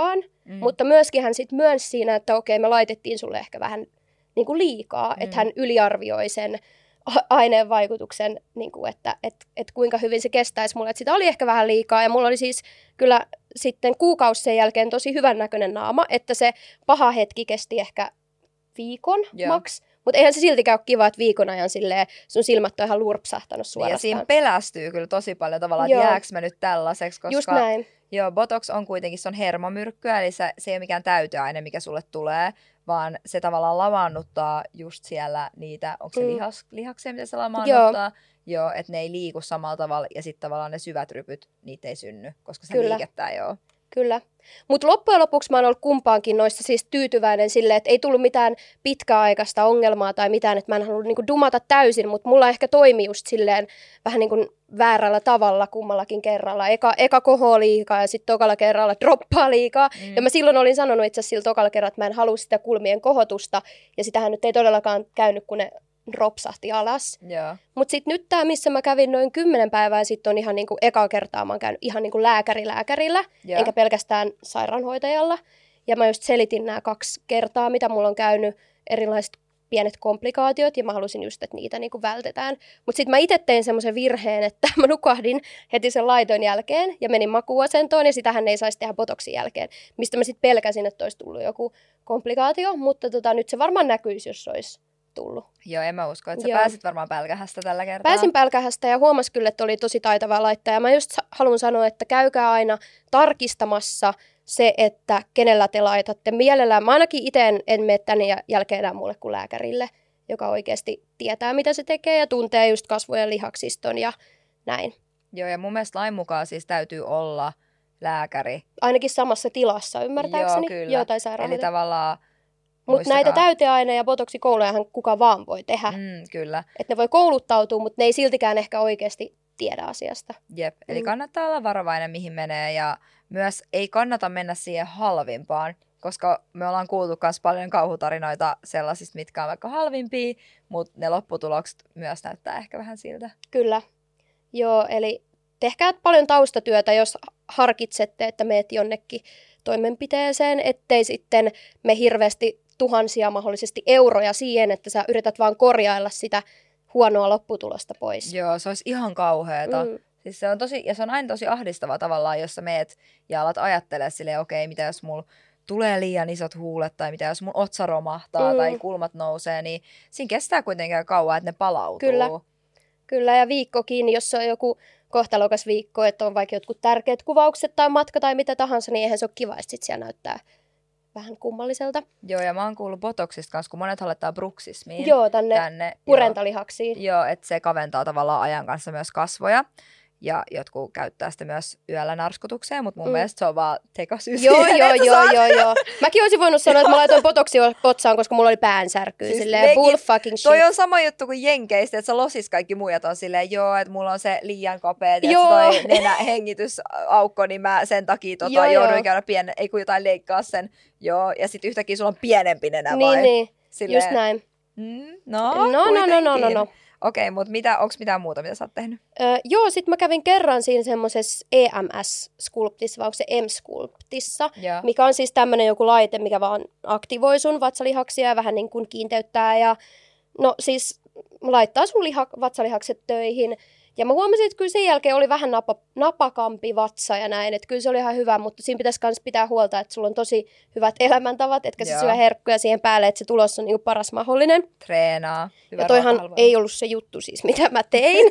Mm. Mutta myöskin hän sitten myönsi siinä, että okei, me laitettiin sulle ehkä vähän niin kuin liikaa, mm. että hän yliarvioi sen aineen vaikutuksen, niin kuin, että et, et kuinka hyvin se kestäisi mulle. Että sitä oli ehkä vähän liikaa ja mulla oli siis kyllä sitten kuukausi sen jälkeen tosi hyvän näköinen naama, että se paha hetki kesti ehkä viikon yeah. maks. Mutta eihän se siltikään ole kiva, että viikon ajan silleen sun silmät on ihan lurpsahtanut suorastaan. Niin ja siinä pelästyy kyllä tosi paljon tavallaan, että jääkö mä nyt tällaiseksi, koska just näin. Joo, Botox on kuitenkin, se on hermomyrkkyä, eli se, se ei ole mikään täyteaine, mikä sulle tulee, vaan se tavallaan lamaannuttaa just siellä niitä, onko se mm. lihas, lihaksia, mitä se lamaannuttaa? Joo, että ne ei liiku samalla tavalla ja sitten tavallaan ne syvät rypyt, niitä ei synny, koska se kyllä. liikettä ei ole. Kyllä. Mutta loppujen lopuksi mä oon ollut kumpaankin noissa siis tyytyväinen silleen, että ei tullut mitään pitkäaikaista ongelmaa tai mitään, että mä en halunnut niinku dumata täysin, mutta mulla ehkä toimi just silleen vähän niin kuin väärällä tavalla kummallakin kerralla. Eka, eka kohoo liikaa ja sitten tokalla kerralla droppaa liikaa. Mm. Ja mä silloin olin sanonut itse asiassa sillä tokalla kerralla, että mä en halua sitä kulmien kohotusta ja sitähän nyt ei todellakaan käynyt, kun ne ropsahti alas. Yeah. Mutta sitten nyt tämä, missä mä kävin noin kymmenen päivää sitten on ihan niinku eka kertaa mä oon käynyt ihan niinku lääkäri lääkärillä, yeah. enkä pelkästään sairaanhoitajalla. Ja mä just selitin nämä kaksi kertaa, mitä mulla on käynyt, erilaiset pienet komplikaatiot, ja mä halusin just, että niitä niinku vältetään. Mutta sitten mä itse tein semmoisen virheen, että mä nukahdin heti sen laiton jälkeen, ja menin makuuasentoon, ja sitähän ei saisi tehdä botoksin jälkeen, mistä mä sitten pelkäsin, että olisi tullut joku komplikaatio, mutta tota, nyt se varmaan näkyisi, jos olisi tullut. Joo, en mä usko, että sä Joo. pääsit varmaan pälkähästä tällä kertaa. Pääsin pälkähästä ja huomas kyllä, että oli tosi taitavaa laittaa. Ja mä just haluan sanoa, että käykää aina tarkistamassa se, että kenellä te laitatte. Mielellään, mä ainakin itse en, en mene tänne jälkeen enää mulle kuin lääkärille, joka oikeasti tietää, mitä se tekee ja tuntee just kasvojen lihaksiston ja näin. Joo, ja mun mielestä lain mukaan siis täytyy olla lääkäri. Ainakin samassa tilassa, ymmärtääkseni. Joo, kyllä. Joo, tai Eli tavallaan mutta näitä täyteaine- ja botoksikoulujahan kuka vaan voi tehdä. Mm, kyllä. Että ne voi kouluttautua, mutta ne ei siltikään ehkä oikeasti tiedä asiasta. Jep, eli mm. kannattaa olla varovainen, mihin menee. Ja myös ei kannata mennä siihen halvimpaan, koska me ollaan kuultu myös paljon kauhutarinoita sellaisista, mitkä on vaikka halvimpia, mutta ne lopputulokset myös näyttää ehkä vähän siltä. Kyllä. Joo, eli tehkää paljon taustatyötä, jos harkitsette, että meet jonnekin toimenpiteeseen, ettei sitten me hirveästi tuhansia mahdollisesti euroja siihen, että sä yrität vaan korjailla sitä huonoa lopputulosta pois. Joo, se olisi ihan kauheata. Mm. Siis se on tosi, ja se on aina tosi ahdistava tavallaan, jos sä meet ja alat ajattelemaan silleen, okei, okay, mitä jos mulla tulee liian isot huulet, tai mitä jos mun otsa romahtaa, mm. tai kulmat nousee, niin siinä kestää kuitenkin kauan, että ne palautuu. Kyllä, Kyllä ja viikkokin, jos se on joku kohtalokas viikko, että on vaikka jotkut tärkeät kuvaukset tai matka tai mitä tahansa, niin eihän se ole kiva, että sit siellä näyttää vähän kummalliselta. Joo, ja mä oon kuullut botoksista kanssa, kun monet laittaa bruksismiin. Joo, tänne, tänne purentalihaksiin. Joo, joo että se kaventaa tavallaan ajan kanssa myös kasvoja. Ja jotkut käyttää sitä myös yöllä narskutukseen, mutta mun mm. mielestä se on vaan tekosyy Joo, siihen, joo, joo, joo, joo. Mäkin olisin voinut sanoa, että mä laitoin botoksi otsaan, koska mulla oli päänsärkyä. Siis silleen bull fucking shit. Toi on sama juttu kuin jenkeistä, että sä losis kaikki muijat on silleen, joo, että mulla on se liian kapea, että toi nenä hengitysaukko, niin mä sen takia tota, joo, jouduin joo. käydä pienen, ei kun jotain leikkaa sen. Joo, ja sitten yhtäkkiä sulla on pienempi nenä niin, vai? Niin, silleen, just näin. Mm, no, no, no, no, no, no, no. Okei, mutta mitä, onko mitään muuta, mitä sä oot tehnyt? Öö, joo, sit mä kävin kerran siinä semmoisessa E M S-skulptissa, vai onko se M-skulptissa, yeah. mikä on siis tämmöinen joku laite, mikä vaan aktivoi sun vatsalihaksia ja vähän niin kuin kiinteyttää ja no siis laittaa sun liha, vatsalihakset töihin. Ja mä huomasin, että kyllä sen jälkeen oli vähän napa, napakampi vatsa ja näin, että kyllä se oli ihan hyvä, mutta siinä pitäisi myös pitää huolta, että sulla on tosi hyvät elämäntavat, etkä se syö herkkuja siihen päälle, että se tulos on niin kuin paras mahdollinen. Treenaa. Hyvä ja toihan ei ollut se juttu siis, mitä mä tein.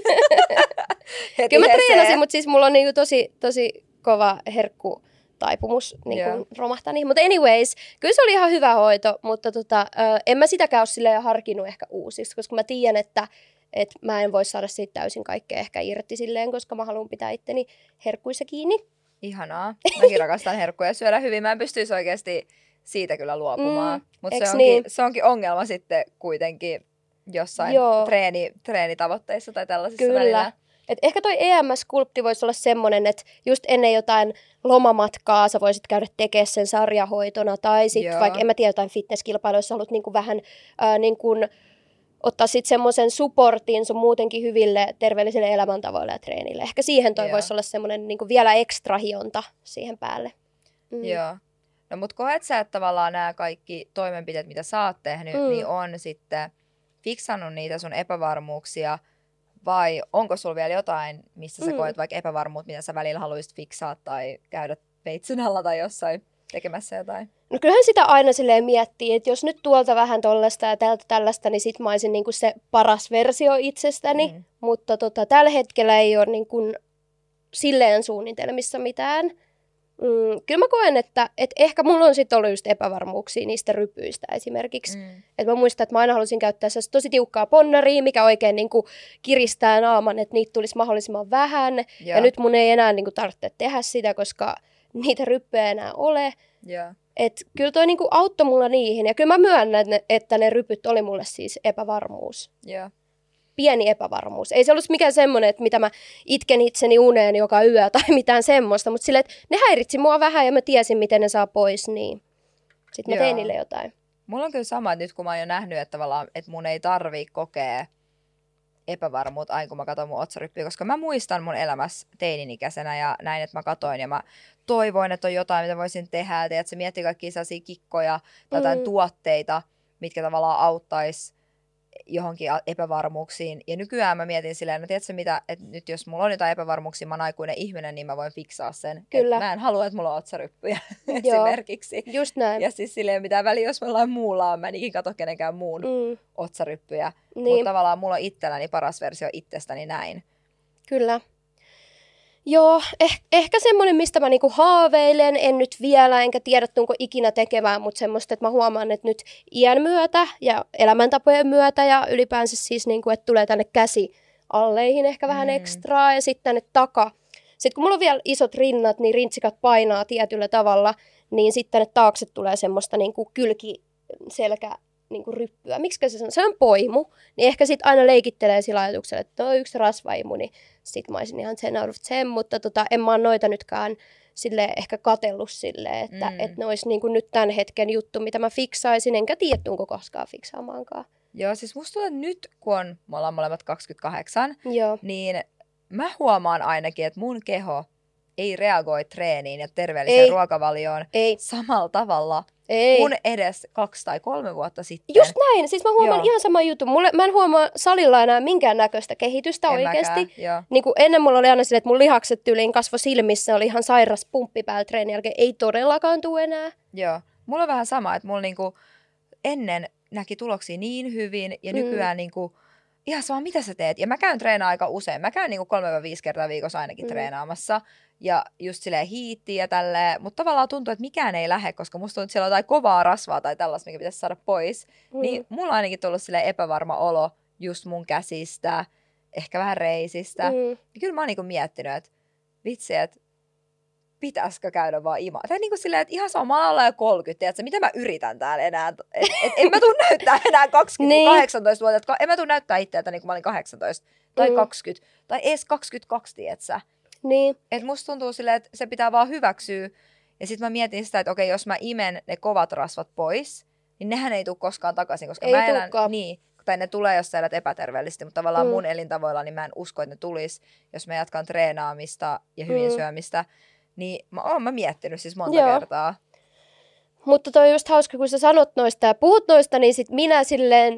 Kyllä mä treenasin, mutta siis mulla on niin kuin tosi, tosi kova herkku. taipumus niin kuin romahtaa niihin. Mutta anyways, kyllä se oli ihan hyvä hoito, mutta tota, ö, en mä sitäkään ole silleen harkinnut ehkä uusiksi, koska mä tiedän, että et mä en voi saada siitä täysin kaikkea ehkä irti silleen, koska mä haluan pitää itteni herkkuissa kiinni. Ihanaa. Mäkin rakastan herkkuja syödä hyvin. Mä en pystyisi oikeasti siitä kyllä luopumaan. Mm, Mutta se, niin? se onkin ongelma sitten kuitenkin jossain treeni, treenitavoitteissa tai tällaisissa kyllä. välillä. Et ehkä toi E M S-skulpti voisi olla semmoinen, että just ennen jotain lomamatkaa sä voisit käydä tekemään sen sarjahoitona. Tai sitten vaikka, en mä tiedä, jotain fitnesskilpailuissa haluat niinku vähän ää, niinku, ottaa sitten semmoisen supportin sun muutenkin hyville terveellisille elämäntavoille ja treenille. Ehkä siihen toi voisi olla semmoinen niinku vielä ekstra hionta siihen päälle. Mm. Joo. No mut koet sä, että tavallaan nämä kaikki toimenpiteet, mitä sä oot tehnyt, mm. niin on sitten fiksannut niitä sun epävarmuuksia, vai onko sulla vielä jotain, missä sä mm. koet vaikka epävarmuutta, mitä sä välillä haluaisit fiksaa tai käydä peitsin alla tai jossain tekemässä jotain? No kyllähän sitä aina silleen miettii, että jos nyt tuolta vähän tollasta ja täältä tällaista, niin sit mä olisin niinku se paras versio itsestäni, mm. mutta tota, tällä hetkellä ei ole niinku silleen suunnitelmissa mitään. Mm, kyllä mä koen, että et ehkä mulla on sitten ollut just epävarmuuksia niistä rypyistä esimerkiksi. Mm. Et mä muistan, että mä aina halusin käyttää tosi tiukkaa ponnaria, mikä oikein niinku kiristää naaman, että niitä tulisi mahdollisimman vähän. Ja, ja nyt mun ei enää niinku tarvitse tehdä sitä, koska niitä ryppyjä ei enää ole. Ja. Et kyllä toi niinku auttoi mulla niihin. Ja kyllä mä myönnän, että ne, että ne rypyt oli mulle siis epävarmuus. Ja. Pieni epävarmuus. Ei se ollut mikään semmoinen, että mitä mä itken itseni uneen joka yö tai mitään semmoista, mutta silleen, että ne häiritsi mua vähän ja mä tiesin, miten ne saa pois, niin sitten mä tein niille jotain. Mulla on kyllä sama, että nyt kun mä oon jo nähnyt, että, tavallaan, että mun ei tarvii kokea epävarmuutta aina, kun mä katson mun otsaryppiä, koska mä muistan mun elämässä teininikäisenä ja näin, että mä katoin ja mä toivoin, että on jotain, mitä voisin tehdä, että se miettii kaikkia sellaisia kikkoja tai jotain mm. tuotteita, mitkä tavallaan auttaisi johonkin epävarmuuksiin. Ja nykyään mä mietin silleen, no tiedätkö mitä, että nyt jos mulla on jotain epävarmuuksia, mä oon aikuinen ihminen, niin mä voin fiksaa sen. Kyllä. Mä en halua, että mulla on otsaryppyjä esimerkiksi. Just näin. Ja siis silleen mitään väliä, jos jollain muulla on, mä en ikin katso kenenkään muun mm. otsaryppyjä. Niin. Mutta tavallaan mulla on itselläni paras versio itsestäni näin. Kyllä. Joo, eh, ehkä semmoinen, mistä mä niinku haaveilen, en nyt vielä, enkä tiedä, tuunko ikinä tekemään, mutta semmoista, että mä huomaan, että nyt iän myötä ja elämäntapojen myötä ja ylipäänsä siis, niinku, että tulee tänne käsialleihin ehkä vähän mm. ekstraa ja sitten tänne taka. Sitten kun mulla on vielä isot rinnat, niin rintsikat painaa tietyllä tavalla, niin sitten tänne taakse tulee semmoista niinku kylkiselkä niinku ryppyä. Miksikä se on? Se on poimu. Niin ehkä sitten aina leikittelee sillä ajatuksella, että on yksi rasvaimu, niin sitten mä olisin ihan sen out of ten, mutta tota, en mä oon noita nytkään silleen ehkä katsellut silleen, että mm. et ne olisi niinku nyt tämän hetken juttu, mitä mä fiksaisin, enkä tiedä, tuunko koskaan fiksaamaankaan. Joo, siis musta tuntuu, että nyt kun on, me ollaan molemmat kaksikymmentäkahdeksan, Joo. niin mä huomaan ainakin, että mun keho ei reagoi treeniin ja terveelliseen ei. ruokavalioon ei. samalla tavalla ei. kun edes kaksi tai kolme vuotta sitten. Just näin. Siis mä huomaan Joo. ihan sama juttu. Mulle, mä en huomaa salilla enää minkään näköistä kehitystä en oikeasti. Niin kuin ennen mulla oli aina silleen, että mun lihakset tyyliin kasvo silmissä, oli ihan sairas pumppi päällä treenin jälkeen. Ei todellakaan tule enää. Joo. Mulla on vähän sama, että mulla niinku ennen näki tuloksia niin hyvin ja nykyään mm. niinku ihan sama, mitä sä teet. Ja mä käyn treenaa aika usein. Mä käyn niinku kolme vai viisi kertaa viikossa ainakin mm. treenaamassa. Ja just silleen hiittiä ja tälleen. Mutta tavallaan tuntuu, että mikään ei lähde, koska musta tuntuu, että siellä on jotain kovaa rasvaa tai tällaista, mikä pitäisi saada pois. Mm. Niin mulla on ainakin tullut silleen epävarma olo just mun käsistä, ehkä vähän reisistä. Mm. Ja kyllä mä oon niinku miettinyt, että vitsi, että pitäisikö käydä vaan imaa. Tai niinku silleen, että ihan sama olla jo kolmekymmentä, että mitä mä yritän täällä enää. Et, et en mä tuu näyttää enää kaksikymmentä, niin. kahdeksantoista-vuotiaat. En mä tuu näyttää itseätä niin kuin mä olin kahdeksantoista tai mm. kaksikymmentä tai edes kaksikymmentäkaksi, tietsä. Niin. Että musta tuntuu silleen, että se pitää vaan hyväksyä. Ja sit mä mietin sitä, että okei, jos mä imen ne kovat rasvat pois, niin nehän ei tule koskaan takaisin, koska ei mä elän, niin, tai ne tulee, jos sä elät epäterveellisesti, mutta tavallaan mm. mun elintavoilla, niin mä en usko, että ne tulis, jos mä jatkan treenaamista ja hyvin mm. syömistä. Niin mä oon mä miettinyt siis monta Joo. kertaa. Mutta toi on just hauska, kun sä sanot noista ja puhut noista, niin sit minä silleen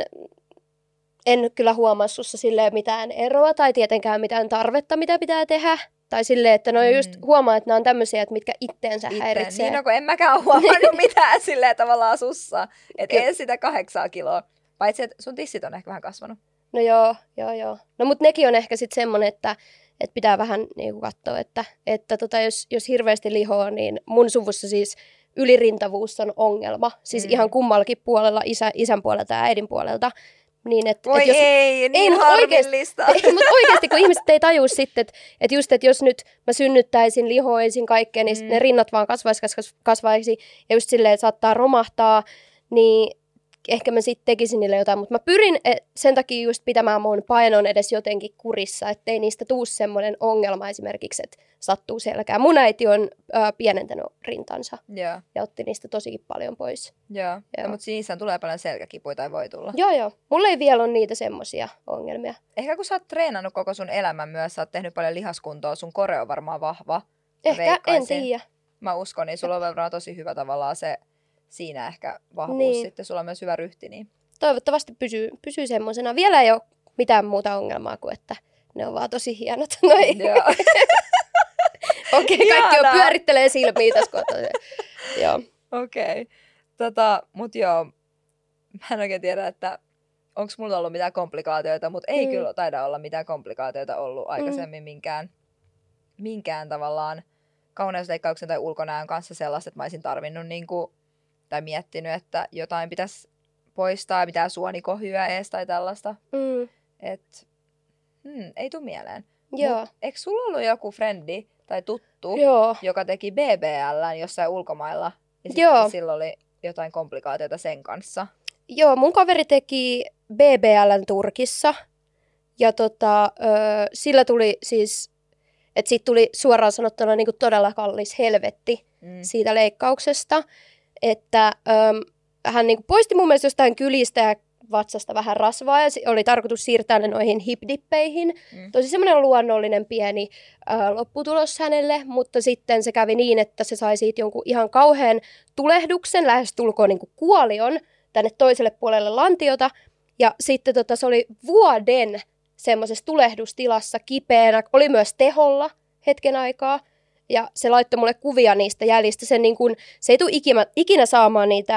en kyllä huomaa sussa silleen mitään eroa tai tietenkään mitään tarvetta, mitä pitää tehdä. Tai silleen, että no mm. just huomaa, että nämä on tämmöisiä, että mitkä itteensä Itteen. häiritsee. Niin, no kun en mäkään huomannut mitään silleen tavallaan sussa. Että ei sitä kahdeksaa kiloa. Paitsi, että sun tissit on ehkä vähän kasvanut. No joo, joo, joo. No mut nekin on ehkä sitten semmoinen, että että pitää vähän niin katsoa, että, että tota, jos, jos hirveästi lihoa, niin mun suvussa siis ylirintavuus on ongelma. Siis mm. ihan kummallakin puolella, isä, isän puolelta ja äidin puolelta. Niin, et, Voi et jos, ei, niin ei, harmillista. Oikeasti, mutta oikeasti, kun ihmiset ei tajua sitten, että et just, että jos nyt mä synnyttäisin, lihoisin kaikkea, niin mm. ne rinnat vaan kasvaisi, kasvaisi ja just silleen, että saattaa romahtaa, niin ehkä mä sitten tekisin niille jotain, mutta mä pyrin sen takia just pitämään mun painon edes jotenkin kurissa, ettei niistä tuu semmoinen ongelma esimerkiksi, että sattuu selkään. Mun äiti on äh, pienentänyt rintansa yeah. ja otti niistä tosikin paljon pois. Joo, no, mutta niissä tulee paljon selkäkipuja tai voi tulla. Joo, joo. Mulla ei vielä ole niitä semmoisia ongelmia. Ehkä kun sä oot treenannut koko sun elämän myös, sä oot tehnyt paljon lihaskuntoa, sun kore on varmaan vahva. Ehkä, en tiedä. mä uskon, niin sulla on varmaan tosi hyvä tavallaan se siinä ehkä vahvuus Niin. sitten. Sulla on myös hyvä ryhti, niin Toivottavasti pysyy, pysyy semmoisena. Vielä ei ole mitään muuta ongelmaa kuin, että ne on vaan tosi hienot. No ei. Joo. Okei, okay, kaikki on Ihanaa. pyörittelee silmiä tässä kohtaa. Joo. Okei. Okay. Tota, mut joo, mä en oikein tiedä, että onko mulla ollut mitään komplikaatioita, mutta ei Mm. mm. kyllä taida olla mitään komplikaatioita ollut aikaisemmin mm. minkään, minkään tavallaan kauneusleikkauksen tai ulkonäön kanssa sellaista, että mä olisin tarvinnut niinku, tai miettinyt, että jotain pitäisi poistaa, mitään suonikohyä ees tai tällaista. Mm. Et, hmm, ei tule mieleen. Joo. Mut eikö sulla ollut joku frendi tai tuttu, Joo. joka teki B B L jossain ulkomailla, ja sitten Joo. sillä oli jotain komplikaatioita sen kanssa? Joo, mun kaveri teki B B L:n Turkissa. Ja tota, ö, sillä tuli siis, että siitä tuli suoraan sanottuna niin kuin todella kallis helvetti Mm. siitä leikkauksesta. Että ö, hän niin kuin poisti mun mielestä jostain kylistä ja vatsasta vähän rasvaa ja oli tarkoitus siirtää ne noihin hip-dippeihin. Mm. Tosi semmoinen luonnollinen pieni ö, lopputulos hänelle, mutta sitten se kävi niin, että se sai siitä jonkun ihan kauhean tulehduksen, lähestulkoon niin kuin kuolion tänne toiselle puolelle lantiota. Ja sitten tota, se oli vuoden semmoisessa tulehdustilassa kipeänä, oli myös teholla hetken aikaa. Ja se laittoi mulle kuvia niistä jäljistä. Sen niin kun, se ei tule ikinä, ikinä saamaan niitä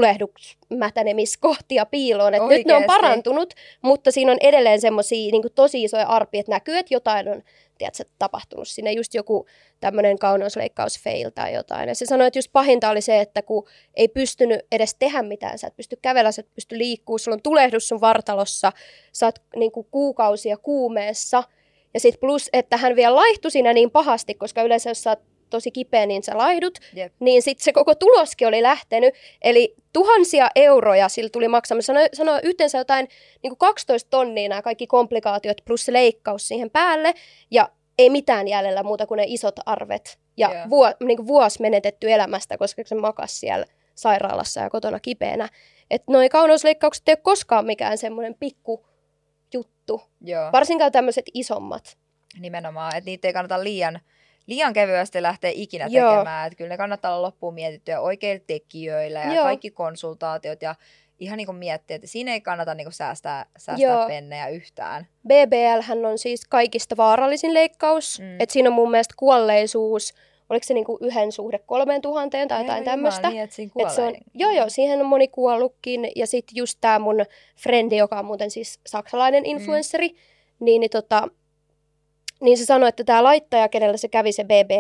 tulehduksmätänemiskohtia piiloon. Et nyt ne on Oikeesti? parantunut, mutta siinä on edelleen semmoisia niin tosi isoja arpia, että näkyy, että jotain on tiedätkö, tapahtunut sinne. Just joku tämmöinen kauneusleikkaus fail tai jotain. Ja se sanoi, että just pahinta oli se, että kun ei pystynyt edes tehdä mitään, sä et pysty kävellä, sä et pysty liikkuu, sulla on tulehdus sun vartalossa, sä oot niin kuin kuukausia kuumeessa. Ja sit plus, että hän vielä laihtui siinä niin pahasti, koska yleensä jos sä oot tosi kipeä, niin sä laihdut, Jep. niin sitten se koko tuloskin oli lähtenyt. Eli tuhansia euroja sillä tuli maksamaan. Sanoi, sanoi yhteensä jotain niin kuin kaksitoista tonnia nämä kaikki komplikaatiot plus se leikkaus siihen päälle. Ja ei mitään jäljellä muuta kuin ne isot arvet. Ja Joo. vuo, niin kuin vuosi menetetty elämästä, koska se makasi siellä sairaalassa ja kotona kipeänä. Että noi kauneusleikkaukset ei ole koskaan mikään semmoinen pikku juttu. Joo, Varsinkaan tämmöiset isommat. nimenomaan. Että niitä ei kannata liian, liian kevyesti lähteä ikinä Joo. tekemään. Että kyllä ne kannattaa olla loppuun mietittyjä oikeilla tekijöillä ja Joo. kaikki konsultaatiot. Ja ihan niin kuin miettiä, että siinä ei kannata niin kuin säästää, säästää Joo. pennejä yhtään. B B L on siis kaikista vaarallisin leikkaus. Mm. Mm. Et siinä on mun mielestä kuolleisuus, oliko se niinku yhden suhde kolmeen tuhanteen tai jotain Herra tämmöistä. Jumala, niin, että siinä Et se on, kuolee. joo, joo, siihen on moni kuollutkin. Ja sitten just tämä mun frendi, joka on muuten siis saksalainen influenssari, mm. niin, niin, tota, niin se sanoi, että tämä laittaja, kenellä se kävi se B B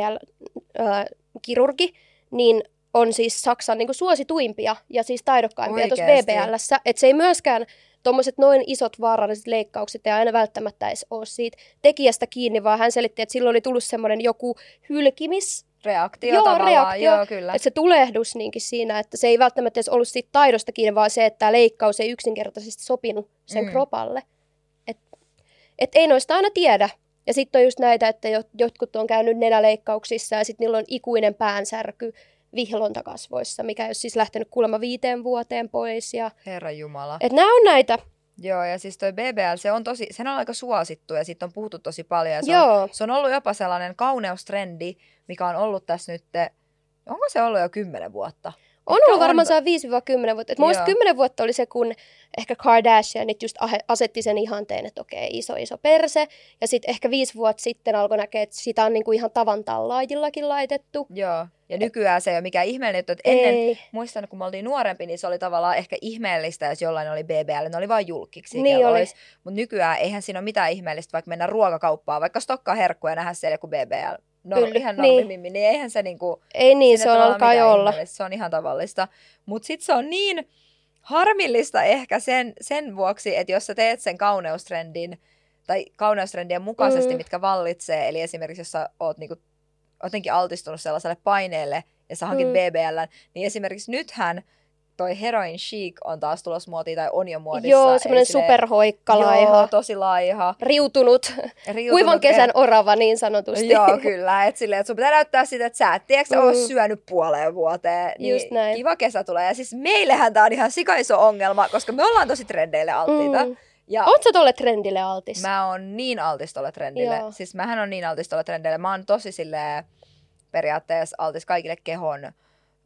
L-kirurgi, niin on siis Saksan niin kuin suosituimpia ja siis taidokkaimpia tuossa B Oikeesti? B L:ssä. Että se ei myöskään, tuommoiset noin isot vaaralliset leikkaukset ei aina välttämättä edes ole siitä tekijästä kiinni, vaan hän selitti, että silloin oli tullut semmoinen joku hylkimis, Reaktio Joo, tavallaan, reaktio. joo kyllä. että se tulehdus niinkin siinä, että se ei välttämättä edes ollut siitä taidosta kiinni, vaan se, että tämä leikkaus ei yksinkertaisesti sopinut sen Mm. mm. kropalle. Että et ei noista aina tiedä. Ja sitten on just näitä, että jo- jotkut on käynyt nenäleikkauksissa ja sitten niillä on ikuinen päänsärky vihlontakasvoissa, mikä ei ole siis lähtenyt kuulemma viiteen vuoteen pois. Ja... Herra Jumala. Että nämä on näitä. Joo, ja siis toi B B L, se on, tosi, se on aika suosittu ja siitä on puhuttu tosi paljon. Ja se, on, Joo. se on ollut jopa sellainen kauneustrendi, mikä on ollut tässä nyt, onko se ollut jo kymmenen vuotta? On Ehkä ollut varmaan saa viisi kymmenen vuotta. Et mun mielestä Joo. kymmenen vuotta oli se, kun ehkä Kardashianit just ahe- asetti sen ihanteen, että okei, iso iso perse. Ja sitten ehkä viisi vuotta sitten alkoi näkeä, että sitä on niinku ihan tavan tallaajillakin laitettu. Joo, ja nykyään se ei ole mikään ihmeellinen juttu, että ennen, Ei. muistan kun me oltiin nuorempi, niin se oli tavallaan ehkä ihmeellistä, jos jollain oli B B L, ne oli vain julkiksi. Niin oli. Mutta nykyään eihän siinä ole mitään ihmeellistä, vaikka mennä ruokakauppaan, vaikka stokkaa herkkuja ja nähdä siellä joku B B L. No, Kyllä, ihan niin. normimimmi, niin eihän se niinku... Ei niin, Siinä se on tavallaan alkaa mitään jo olla. ihmeellistä, se on ihan tavallista. Mutta sitten se on niin harmillista ehkä sen, sen vuoksi, että jos sä teet sen kauneustrendin tai kauneustrendien mukaisesti, Mm. mitkä vallitsee, eli esimerkiksi jos sä oot niinku, jotenkin altistunut sellaiselle paineelle ja sä hankit Mm. B B L, niin esimerkiksi nythän toi Heroin Chic on taas tulossa muotiin tai on jo muodissa. Joo, eli semmoinen silleen- superhoikkalaiha, Joo, tosi laiha. riutunut, Riutunut kuivan kesän orava niin sanotusti. Joo, kyllä. Että silleen, että sun pitää näyttää sitä, että sä et tiedätkö, mm. Mm. ole syönyt puoleen vuoteen. Niin Just näin. kiva kesä tulee. Ja siis meillähän tää on ihan sikaiso ongelma, koska me ollaan tosi trendeille alttiita. Mm. Ja Oot sä tolle trendille altis? mä oon niin altis tolle trendille. Joo. Siis mähän on niin altis tolle trendille. Mä oon tosi silleen periaatteessa altis kaikille kehon, öö,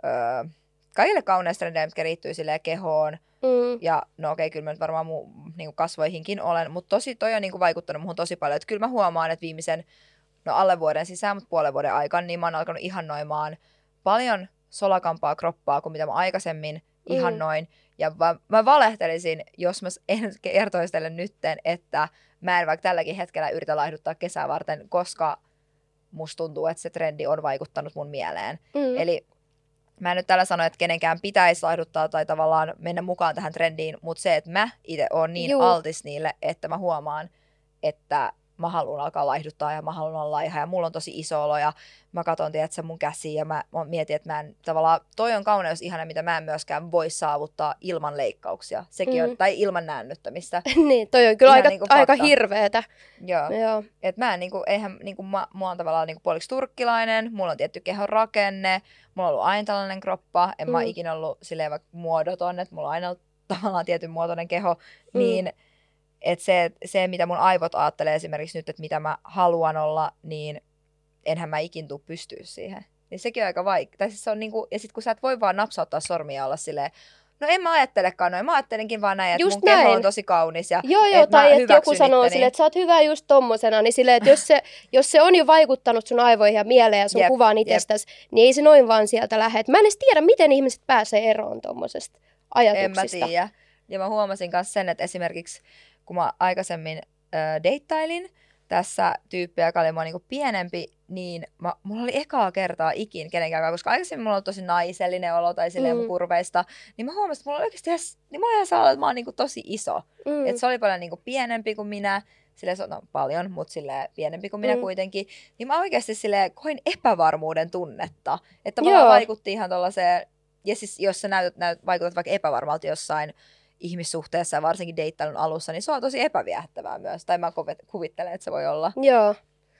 kaikille kauneustrendejä, mitkä liittyy silleen kehoon. Mm. Ja no okei, okay, kyllä mä nyt varmaan mun niin kasvoihinkin olen, mutta tosi toi on niin kuin vaikuttanut muhun tosi paljon. Että kyllä mä huomaan, että viimeisen, no alle vuoden sisään, mutta puolen vuoden aikana, niin mä oon alkanut ihannoimaan paljon solakampaa kroppaa kuin mitä mä aikaisemmin mm. ihannoin. Ja mä, mä valehtelisin, jos mä en kertoisi teille nytten, että mä en vaikka tälläkin hetkellä yritä laihduttaa kesää varten, koska musta tuntuu, että se trendi on vaikuttanut mun mieleen. Mm. Eli mä en nyt tällä sano, että kenenkään pitäisi laihduttaa tai tavallaan mennä mukaan tähän trendiin, mutta se, että mä itse oon niin Juu. altis niille, että mä huomaan, että mä haluan alkaa laihduttaa ja mä haluan olla laiha ja mulla on tosi iso olo ja mä katson, tiedätkö, mun käsiä ja mä, mä mietin, että mä en tavallaan, toi on kauneus ihana, mitä mä en myöskään voi saavuttaa ilman leikkauksia. Sekin mm-hmm. on, tai ilman näännyttämistä. Niin, toi on kyllä aika, niin aika hirveetä. Joo. Joo. Et mä en niinku, eihän niinku, mä, mä oon tavallaan niinku puoliksi turkkilainen, mulla on tietty kehon rakenne, mulla on ollut aina tällainen kroppa, en mm. mä ikinä ollut silleen vaikka muodoton, että mulla on aina ollut tavallaan tietyn muotoinen keho, mm. niin että se, se, mitä mun aivot ajattelee esimerkiksi nyt, että mitä mä haluan olla, niin enhän mä ikin tuu pystyä siihen. Niin sekin on aika vaikea. Tai siis se on niinku, ja sit kun sä et voi vaan napsauttaa sormia ja olla silleen, no en mä ajattelekaan noin, mä ajattelinkin vaan näin, että just mun näin. Keho on tosi kaunis ja joo, joo, et tai että joku sanoo silleen, että sä oot hyvä just tommosena, niin silleen, että jos se, jos se on jo vaikuttanut sun aivoihin ja mieleen ja sun jep, kuvaan itsestäsi, niin ei se noin vaan sieltä lähde. Mä en edes tiedä, miten ihmiset pääsee eroon tommosesta ajatuksista. En mä tiedä. Ja mä huomasin myös sen, että esimerkiksi kun mä aikaisemmin äh, deittailin tässä tyyppiä, joka oli mua niinku pienempi, niin mä, mulla oli ekaa kertaa ikin kenenkään, koska aikaisemmin mulla oli tosi naisellinen olo tai silleen mm. kurveista, niin mä huomasin, että mulla oli oikeasti ihan, niin mulla ihan saa että mä oon niinku tosi iso. Mm. Että se oli paljon niinku pienempi kuin minä, silleen, no paljon, mutta silleen pienempi kuin minä mm. kuitenkin. Niin mä oikeasti silleen koin epävarmuuden tunnetta. Että tavallaan vaikutti ihan tollaiseen, ja siis jos sä näytät, näyt, vaikutat vaikka epävarmalta jossain ihmissuhteessa ja varsinkin deittailun alussa, niin se on tosi epäviehättävää myös. Tai mä kuvittelen, että se voi olla. Joo.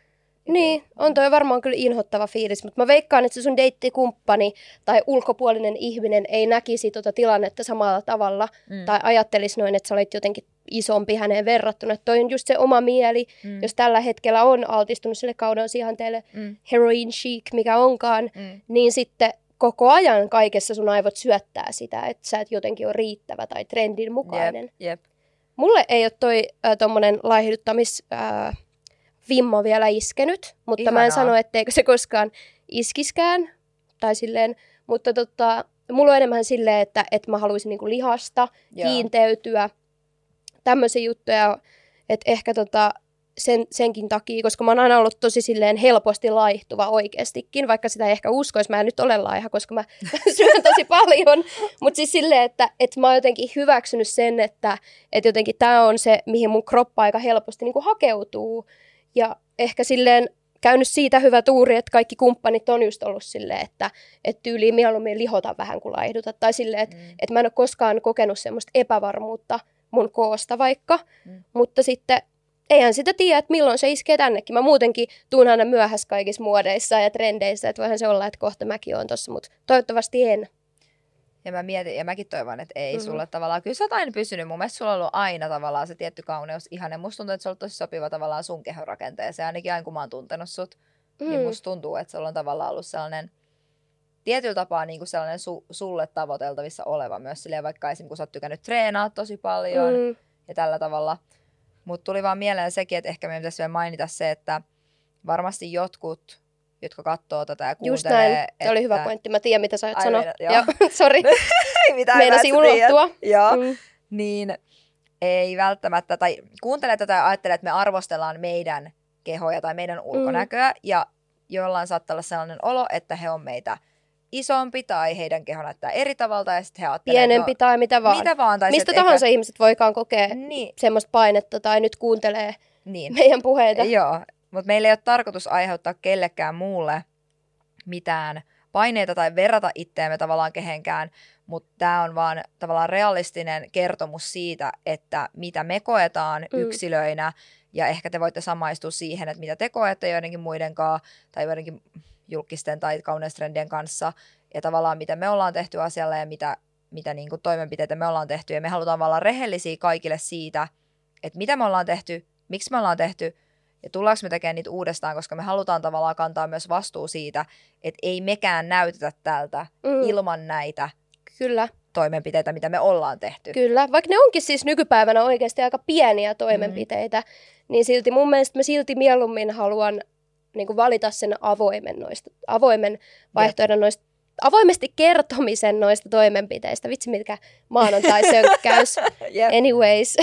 Niin, on toi varmaan kyllä inhottava fiilis, mutta mä veikkaan, että se sun deittikumppani tai ulkopuolinen ihminen ei näkisi tota tilannetta samalla tavalla mm. tai ajattelisi noin, että sä olit jotenkin isompi häneen verrattuna. Että toi on just se oma mieli, mm. jos tällä hetkellä on altistunut sille kauneusihanteelle mm. heroin chic, mikä onkaan, mm. niin sitten koko ajan kaikessa sun aivot syöttää sitä, että sä et jotenkin ole riittävä tai trendin mukainen. Jep, jep. Mulle ei ole toi äh, tommonen laihduttamis... Äh, vimmo vielä iskenyt, mutta Ihanaa. Mä en sano, etteikö se koskaan iskiskään, tai silleen, mutta tota, mulla on enemmän silleen, että, että mä haluaisin niinku lihasta, Joo. kiinteytyä, tämmöisiä juttuja, että ehkä tota, sen, senkin takia, koska mä oon aina ollut tosi silleen helposti laihtuva oikeastikin, vaikka sitä ei ehkä uskoisi, mä en nyt ole laiha, koska mä syön tosi paljon, mutta siis silleen, että, että mä oon jotenkin hyväksynyt sen, että, että jotenkin tää on se, mihin mun kroppa aika helposti niinku hakeutuu. Ja ehkä silleen käynyt siitä hyvä tuuri, että kaikki kumppanit on just ollut silleen, että, että tyyliin mieluummin lihota vähän kuin laihduta. Tai silleen, että, mm. että mä en ole koskaan kokenut semmoista epävarmuutta mun koosta vaikka. Mm. Mutta sitten eihän sitä tiedä, että milloin se iskee tännekin. Mä muutenkin tuun aina myöhässä kaikissa muodeissa ja trendeissä, että voihan se olla, että kohta mäkin oon tossa, mutta toivottavasti en. Ja mä mietin, ja mäkin toivon, että ei mm-hmm. sulle tavallaan, kyllä sä oot aina pysynyt, mun mielestä sulla on ollut aina tavallaan se tietty kauneus ihane. Musta tuntuu, että se on tosi sopiva tavallaan sun kehon rakenteeseen, ainakin aina kun mä oon tuntenut sut, mm. niin musta tuntuu, että sulla on tavallaan ollut sellainen, tietyllä tapaa niin kuin sellainen su, sulle tavoiteltavissa oleva myös, silleen vaikka esimerkiksi kun sä oot tykännyt treenaa tosi paljon mm. ja tällä tavalla. Mutta tuli vaan mieleen sekin, että ehkä meidän pitäisi vielä mainita se, että varmasti jotkut, jotka katsoo tätä ja kuuntelee. Just näin. Että... Se oli hyvä pointti. Mä tiedän, mitä sä oot sanoa. Joo. Sori. Meinasin unohtua. Joo. Mm. Niin ei välttämättä, tai kuuntelee tätä ja ajattelee, että me arvostellaan meidän kehoja tai meidän ulkonäköä, mm. ja jollain saattaa olla sellainen olo, että he on meitä isompi tai heidän keho näyttää eri tavalla, ja sitten he ajattelee, pienempi no, tai mitä vaan. Mitä vaan tai mistä tahansa ehkä... ihmiset voikaan kokea niin. semmoista painetta tai nyt kuuntelee niin. meidän puheita. Joo. Mutta meillä ei ole tarkoitus aiheuttaa kellekään muulle mitään paineita tai verrata itseämme tavallaan kehenkään, mutta tämä on vaan tavallaan realistinen kertomus siitä, että mitä me koetaan mm. yksilöinä, ja ehkä te voitte samaistua siihen, että mitä te koette joidenkin muiden kanssa, tai joidenkin julkisten tai kauneustrendien kanssa, ja tavallaan mitä me ollaan tehty asialle, ja mitä, mitä niinku toimenpiteitä me ollaan tehty, ja me halutaan vaan olla rehellisiä kaikille siitä, että mitä me ollaan tehty, miksi me ollaan tehty, ja tullaanko me tekemään niitä uudestaan, koska me halutaan tavallaan kantaa myös vastuu siitä, että ei mekään näytetä tältä mm. ilman näitä Kyllä. toimenpiteitä, mitä me ollaan tehty. Kyllä, vaikka ne onkin siis nykypäivänä oikeasti aika pieniä toimenpiteitä, mm. niin silti mun mielestä mä silti mieluummin haluan niin kuin valita sen avoimen, noista, avoimen vaihtoehdon noista, avoimesti kertomisen noista toimenpiteistä. Vitsi, mitkä maanantai-sönkkäys. Yep. Anyways.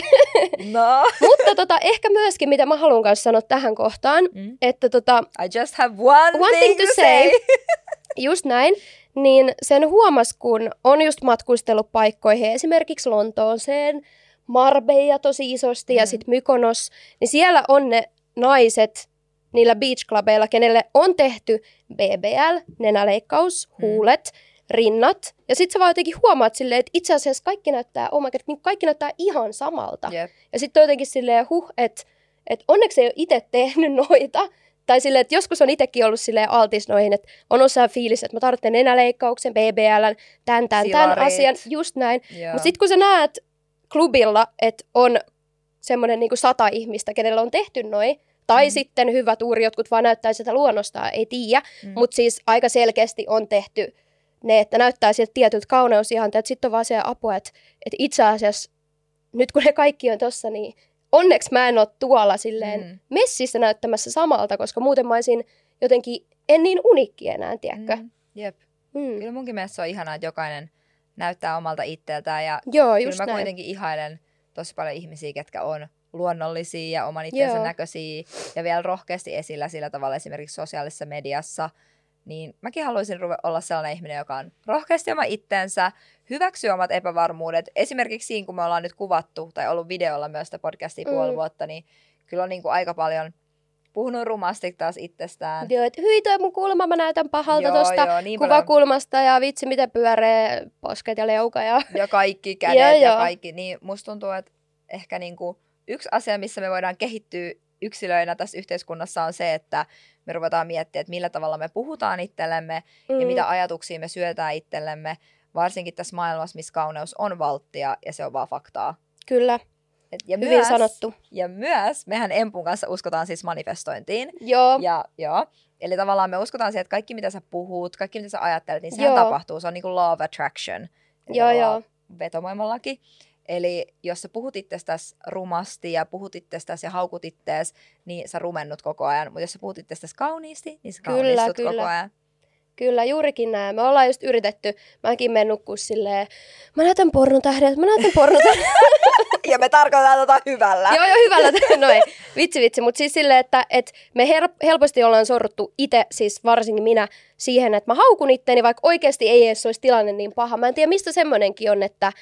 No. Mutta tota, ehkä myöskin, mitä mä haluan kanssa sanoa tähän kohtaan, mm. että tota... I just have one, one thing, thing to say. say. Just näin. Niin sen huomas, kun on just matkustellut paikkoihin, esimerkiksi Lontooseen, Marbella tosi isosti mm. ja sitten Mykonos, niin siellä on ne naiset niillä beach clubeilla, kenelle on tehty B B L, nenäleikkaus, huulet, mm. rinnat. Ja sit sä vaan jotenkin huomaat silleen, että itse asiassa kaikki näyttää, oh my God, niin kaikki näyttää ihan samalta. Yep. Ja sitten jotenkin silleen, huh, että et onneksi ei ole itse tehnyt noita. Tai silleen, että joskus on itsekin ollut silleen altis noihin, että on osaa fiilis, että mä tarvitsen nenäleikkauksen, B B L:n, tän, tän, tän asian, just näin. Mutta sitten kun sä näet klubilla, että on semmoinen niinku sata ihmistä, kenellä on tehty noin, tai mm. sitten hyvä tuuri, jotkut vaan näyttää sitä luonnosta, ei tiedä. Mm. Mutta siis aika selkeästi on tehty ne, että näyttää sieltä tietyltä kauneusihanteet. Sitten on vaan se apua, että, että itse asiassa nyt kun ne kaikki on tossa, niin onneksi mä en ole tuolla silleen mm. messissä näyttämässä samalta, koska muuten mä olisin jotenkin en niin unikki enää, tiedätkö? Mm. Jep. Mm. Kyllä munkin mielestä se on ihanaa, että jokainen näyttää omalta itseltään. Ja Joo, kyllä mä näin. Kuitenkin ihailen tosi paljon ihmisiä, ketkä on luonnollisia ja oman itsensä Joo. näköisiä ja vielä rohkeasti esillä sillä tavalla esimerkiksi sosiaalisessa mediassa, niin mäkin haluaisin olla sellainen ihminen, joka on rohkeasti oma itsensä, hyväksyy omat epävarmuudet. Esimerkiksi siinä, kun me ollaan nyt kuvattu tai ollut videolla myös sitä podcastia mm. puoli vuotta, niin kyllä on niin kuin aika paljon puhunut rumasti taas itsestään. Joo, että hyi toi mun kulma, mä näytän pahalta tuosta niin kuvakulmasta paljon. Ja vitsi miten pyöree posket ja leuka. Ja, ja kaikki kädet joo, ja joo. kaikki. Niin musta tuntuu, että ehkä niin kuin yksi asia, missä me voidaan kehittyä yksilöinä tässä yhteiskunnassa on se, että me ruvetaan miettimään, että millä tavalla me puhutaan itsellemme mm. ja mitä ajatuksia me syötään itsellemme, varsinkin tässä maailmassa, missä kauneus on valttia ja se on vaan faktaa. Kyllä, Et, ja hyvin myös, sanottu. Ja myös, mehän Empun kanssa uskotaan siis manifestointiin. Joo. Ja, joo. Eli tavallaan me uskotaan siihen, että kaikki mitä sä puhut, kaikki mitä sä ajattelet, niin sehän joo. tapahtuu. Se on niin kuin law of attraction. Joo, joo. Vetovoimallakin. Eli jos sä puhut itsestäsi rumasti ja puhut itsestäsi ja haukut ittees, niin sä rumennut koko ajan. Mutta jos sä puhut itsestäsi kauniisti, niin sä kyllä, kaunistut kyllä. koko ajan. Kyllä, juurikin näin. Me ollaan just yritetty, mäkin menen nukkua silleen, mä näytän pornotähdet, mä näytän pornotähdet. Ja me tarkoitetaan tota hyvällä. Joo, joo, hyvällä. Noin. Vitsi, vitsi. Mutta siis silleen, että et me her- helposti ollaan sorruttu itse, siis varsinkin minä, siihen, että mä haukun itteeni, vaikka oikeasti ei edes olisi tilanne niin paha. Mä en tiedä, mistä semmoinenkin on, että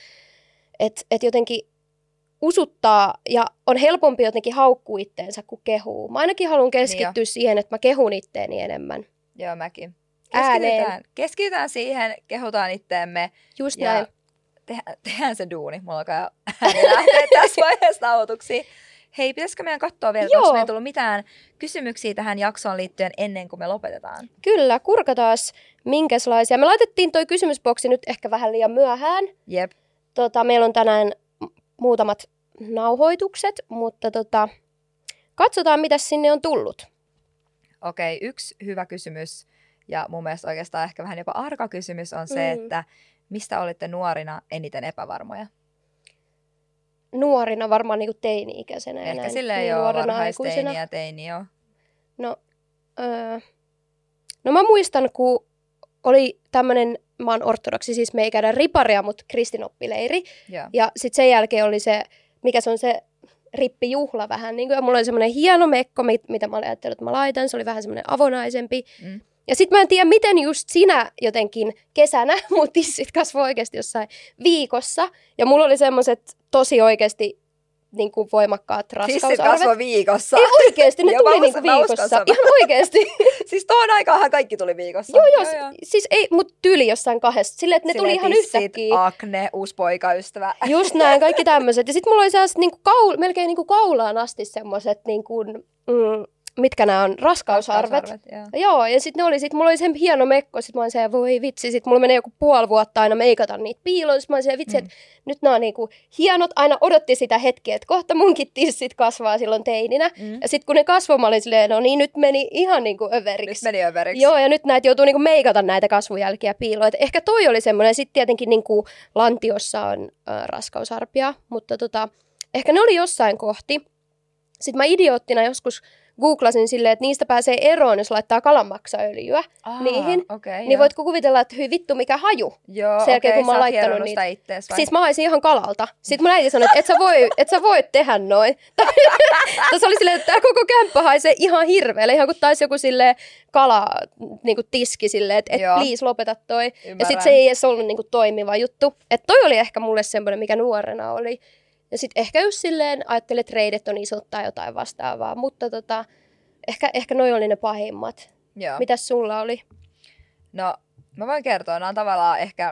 et, et jotenkin usuttaa ja on helpompi jotenkin haukkua itteensä kuin kehuu. Mä ainakin haluan keskittyä niin siihen, että mä kehun itteeni enemmän. Joo, mäkin. Keskitytään, keskitytään siihen, kehutaan itteemme. Just ja näin. Tehdään, tehdään se duuni. Mulla alkaa ääni lähteä tässä vaiheessa nauhoituksiin. Hei, pitäisikö meidän katsoa vielä, onko meillä tullut mitään kysymyksiä tähän jaksoon liittyen ennen kuin me lopetetaan? Kyllä, kurkataas minkälaisia. Me laitettiin toi kysymysboksi nyt ehkä vähän liian myöhään. Jep. Tota, meillä on tänään muutamat nauhoitukset, mutta tota, katsotaan, mitä sinne on tullut. Okei, okay, yksi hyvä kysymys ja mun mielestä oikeastaan ehkä vähän jopa arka kysymys on se, mm. että mistä olitte nuorina eniten epävarmoja? Nuorina varmaan niinku teini-ikäisenä. Ehkä näin. silleen niin, joo, varhaisteini ja teini joo. No, öö, no mä muistan, kun oli tämmönen, mä oon ortodoksi, siis me ei käydä riparia, mutta kristinoppileiri. Joo. Ja sit sen jälkeen oli se, mikä se on se rippijuhla vähän. Niin ja mulla oli semmoinen hieno mekko, mitä mä olin ajatellut, että mä laitan. Se oli vähän semmoinen avonaisempi. Mm. Ja sit mä en tiedä, miten just sinä jotenkin kesänä mun tissit kasvoi oikeasti jossain viikossa. Ja mulla oli semmoiset tosi oikeasti niin kuin voimakkaat raskausarvet. Tissit kasvoi viikossa? Ei oikeasti, ne tuli niin kuin viikossa. Ihan oikeasti. Siis tuohon aikaanhan kaikki tuli viikossa. Joo, joo, joo. Siis ei, mut tyyli jossain kahdesta. Silleen, että ne silleen tuli ihan tissit, yhtäkkiä. akne, uusi poikaystävä. Just näin, kaikki tämmöiset. Ja sit mulla oli sellaiset niin kuin kaul, melkein niin kuin kaulaan asti semmoiset niin kuin, mm, mitkä nämä on, raskausarvet. raskausarvet joo. joo, ja sitten ne oli, sit mulla oli sen hieno mekko, sit mä olin se, voi vitsi, sit mulla menee joku puoli vuotta aina meikata niitä piiloon, sit mä olin se, vitsi, mm. että nyt nämä on niinku hienot, aina odotti sitä hetkeä, että kohta munkin tissit kasvaa silloin teininä, mm. ja sitten kun ne kasvoi, mä olin silleen, no niin, nyt meni ihan niinku överiksi. Nyt meni överiksi. Joo, ja nyt näitä joutuu niinku meikata näitä kasvujälkiä piiloon, et ehkä toi oli semmoinen, sitten tietenkin niinku lantiossa on äh, raskausarpia, mutta tota, ehkä ne oli jossain kohti. Sitten mä idioottina joskus googlasin silleen, että niistä pääsee eroon, jos laittaa kalanmaksaöljyä Aa, niihin. Okay, niin voitko kuvitella, että hyi vittu mikä haju. Joo, sen jälkeen, okay, kun mä oon laittanut niitä. Ittees, siis mä haisin ihan kalalta. Sitten mun äiti sanoi, että et sä, voi, et sä voit tehdä noin. Tässä oli silleen, että tää koko kämppä haisee ihan hirveelle. Ihan kuin taisi joku silleen kala niinku tiski silleen, että et please lopeta toi. Ymmärrän. Ja sit se ei edes ollut niinku toimiva juttu. Että toi oli ehkä mulle semmoinen, mikä nuorena oli. Ja sitten ehkä just silleen ajattelin, että reidet on isot tai jotain vastaavaa, mutta tota, ehkä, ehkä noi oli ne pahimmat. Joo. Mitäs sulla oli? No, mä voin kertoa, nämä on tavallaan ehkä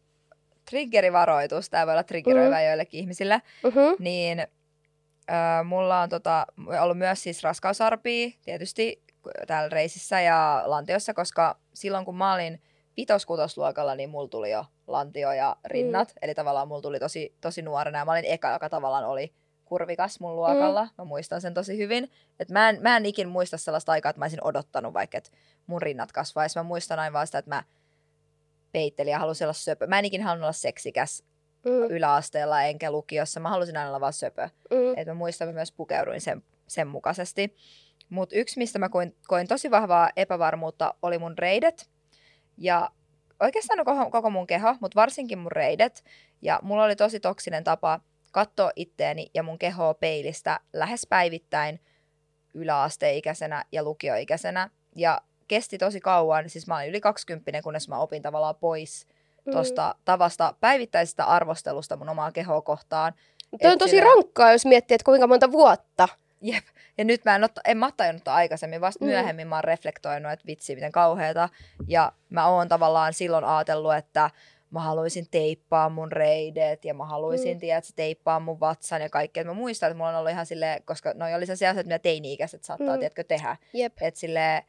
triggerivaroitus, tämä voi olla triggeröivä mm. joillekin ihmisille, mm-hmm. niin äh, mulla on tota, ollut myös siis raskausarpia tietysti täällä reisissä ja lantiossa, koska silloin kun mä olin vitos-kutosluokalla, niin mulla tuli jo lantio ja rinnat. Mm. Eli tavallaan mulla tuli tosi, tosi nuorena ja mä olin eka, joka tavallaan oli kurvikas mun luokalla. Mm. Mä muistan sen tosi hyvin. Et mä, en, mä en ikin muista sellaista aikaa, että mä olisin odottanut vaikka, että mun rinnat kasvaisi. Mä muistan aina vaan sitä, että mä peittelin ja halusin olla söpö. Mä en ikin halunnut olla seksikäs mm. yläasteella enkä lukiossa. Mä halusin aina olla vaan söpö. Mm. Et mä muistan, että mä myös pukeuduin sen, sen mukaisesti. Mut yksi, mistä mä koin, koin tosi vahvaa epävarmuutta, oli mun reidet. Ja oikeastaan koko, koko mun keho, mutta varsinkin mun reidet. Ja mulla oli tosi toksinen tapa katsoa itteeni ja mun kehoa peilistä lähes päivittäin yläasteikäisenä ja lukioikäisenä. Ja kesti tosi kauan, siis mä olin yli kaksikymppinen, kunnes mä opin tavallaan pois tuosta mm. tavasta päivittäisestä arvostelusta mun omaa kehoa kohtaan. Tuo on tosi sillä... rankkaa, jos miettii, että kuinka monta vuotta. Jep. Ja nyt mä en, otta, en mä ole tajunnut aikaisemmin, vasta mm. myöhemmin mä oon reflektoinut, että vitsi, miten kauheata. Ja mä oon tavallaan silloin ajatellut, että mä haluaisin teippaa mun reidet ja mä haluaisin, mm. tiedätkö, teippaa mun vatsan ja kaikkea. Mä muistan, että mulla on ollut ihan silleen, koska noi oli sellaisia asioita, mitä teini-ikäiset saattaa, mm. tiedätkö, tehdä. Jep. Et silleen,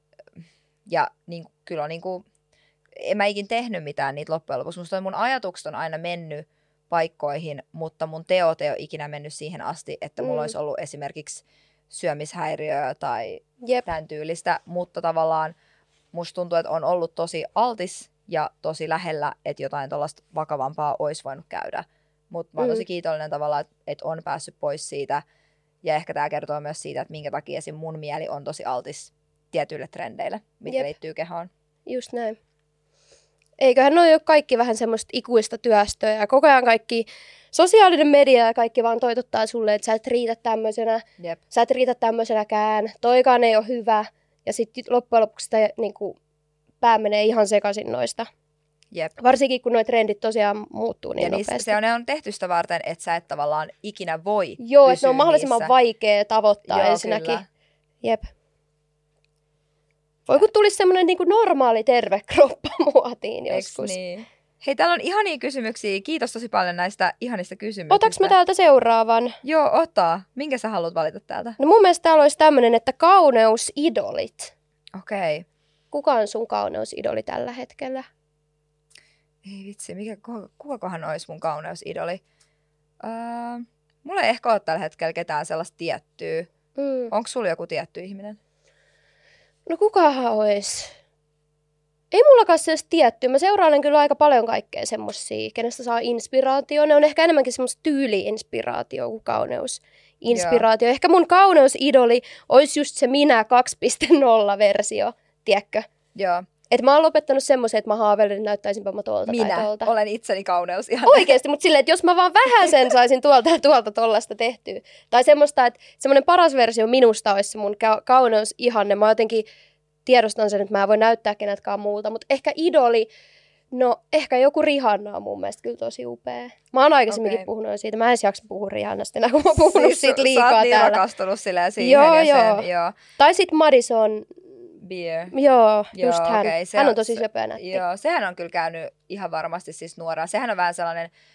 ja niin, kyllä on niin kuin, en mä ikin tehnyt mitään niitä loppujen lopuksi. Musta mun ajatukset on aina mennyt paikkoihin, mutta mun teot ei ole ikinä mennyt siihen asti, että mulla mm. olisi ollut esimerkiksi syömishäiriöä tai Jep. tämän tyylistä, mutta tavallaan musta tuntuu, että on ollut tosi altis ja tosi lähellä, että jotain tuollaista vakavampaa olisi voinut käydä. Mutta mä oon mm. tosi kiitollinen tavallaan, että, että on päässyt pois siitä. Ja ehkä tämä kertoo myös siitä, että minkä takia esim. Mun mieli on tosi altis tietyille trendeille, mitkä Jep. liittyy kehoon. Just näin. Eiköhän noi ole kaikki vähän semmoista ikuista työstöä ja koko ajan kaikki sosiaalinen media ja kaikki vaan toitottaa sulle, että sä et riitä tämmöisenä, Jep. sä et riitä tämmöisenäkään, toikaan ei ole hyvä ja sitten loppujen lopuksi sitä niin kuin, pää menee ihan sekaisin noista. Jep. Varsinkin kun nuo trendit tosiaan muuttuu niin ja nopeasti. Se on, ne on tehty sitä varten, että sä et tavallaan ikinä voi Joo, että pysyä ne on mahdollisimman niissä. vaikea tavoittaa Joo, ensinnäkin. Kyllä. Jep. Voi kun tulisi semmoinen niin kuin normaali terve kroppa muotiin joskus. Niin? Hei, täällä on ihania kysymyksiä. Kiitos tosi paljon näistä ihanista kysymyksistä. Otaks mä täältä seuraavan? Joo, ota. Minkä sä haluat valita täältä? No mun mielestä täällä olisi tämmöinen, että kauneusidolit. Okei. Okay. Kuka on sun kauneusidoli tällä hetkellä? Ei vitsi, mikä, kukakohan olisi mun kauneusidoli? Öö, mulla ei ehkä ole tällä hetkellä ketään sellaista tiettyä. Mm. Onko sulla joku tietty ihminen? No kukahan olisi? Ei mullakaan se tietty. Mä seurailen kyllä aika paljon kaikkea semmosia, kenestä saa inspiraatio. Ne on ehkä enemmänkin semmoista tyyli-inspiraatio kuin kauneusinspiraatio. Joo. Ehkä mun kauneusidoli olisi just se minä kaksi piste nolla versio, tiedätkö? Joo. Et mä oon lopettanut semmoisen, että mä haaveilen, että näyttäisinpä mä tuolta minä tai tuolta. olen itseni kauneus ihan. Oikeesti, mutta silleen, että jos mä vaan vähän sen saisin tuolta ja tuolta tollasta tehtyä. Tai semmoista, että semmoinen paras versio minusta olisi se mun ka- kauneusihanne. Mä jotenkin tiedostan sen, että mä en voi näyttää kenetkaan muulta. Mutta ehkä idoli, no ehkä joku Rihanna on mun mielestä kyllä tosi upea. Mä oon aikaisemminkin okay. puhunut jo siitä. Mä en edes jaksa puhua Rihannasta enää, kun mä oon puhunut siis, siitä liikaa täällä. Sä oot niin rakastunut silleen siihen. Joo, ja joo. Sen, joo. Tai sit Madison Beer. Joo, joo, just hän. Okay. Se hän on on tosi se, söpö nätti. Joo, sehän on kyllä käynyt ihan varmasti siis nuoraan. Sehän on vähän sellainen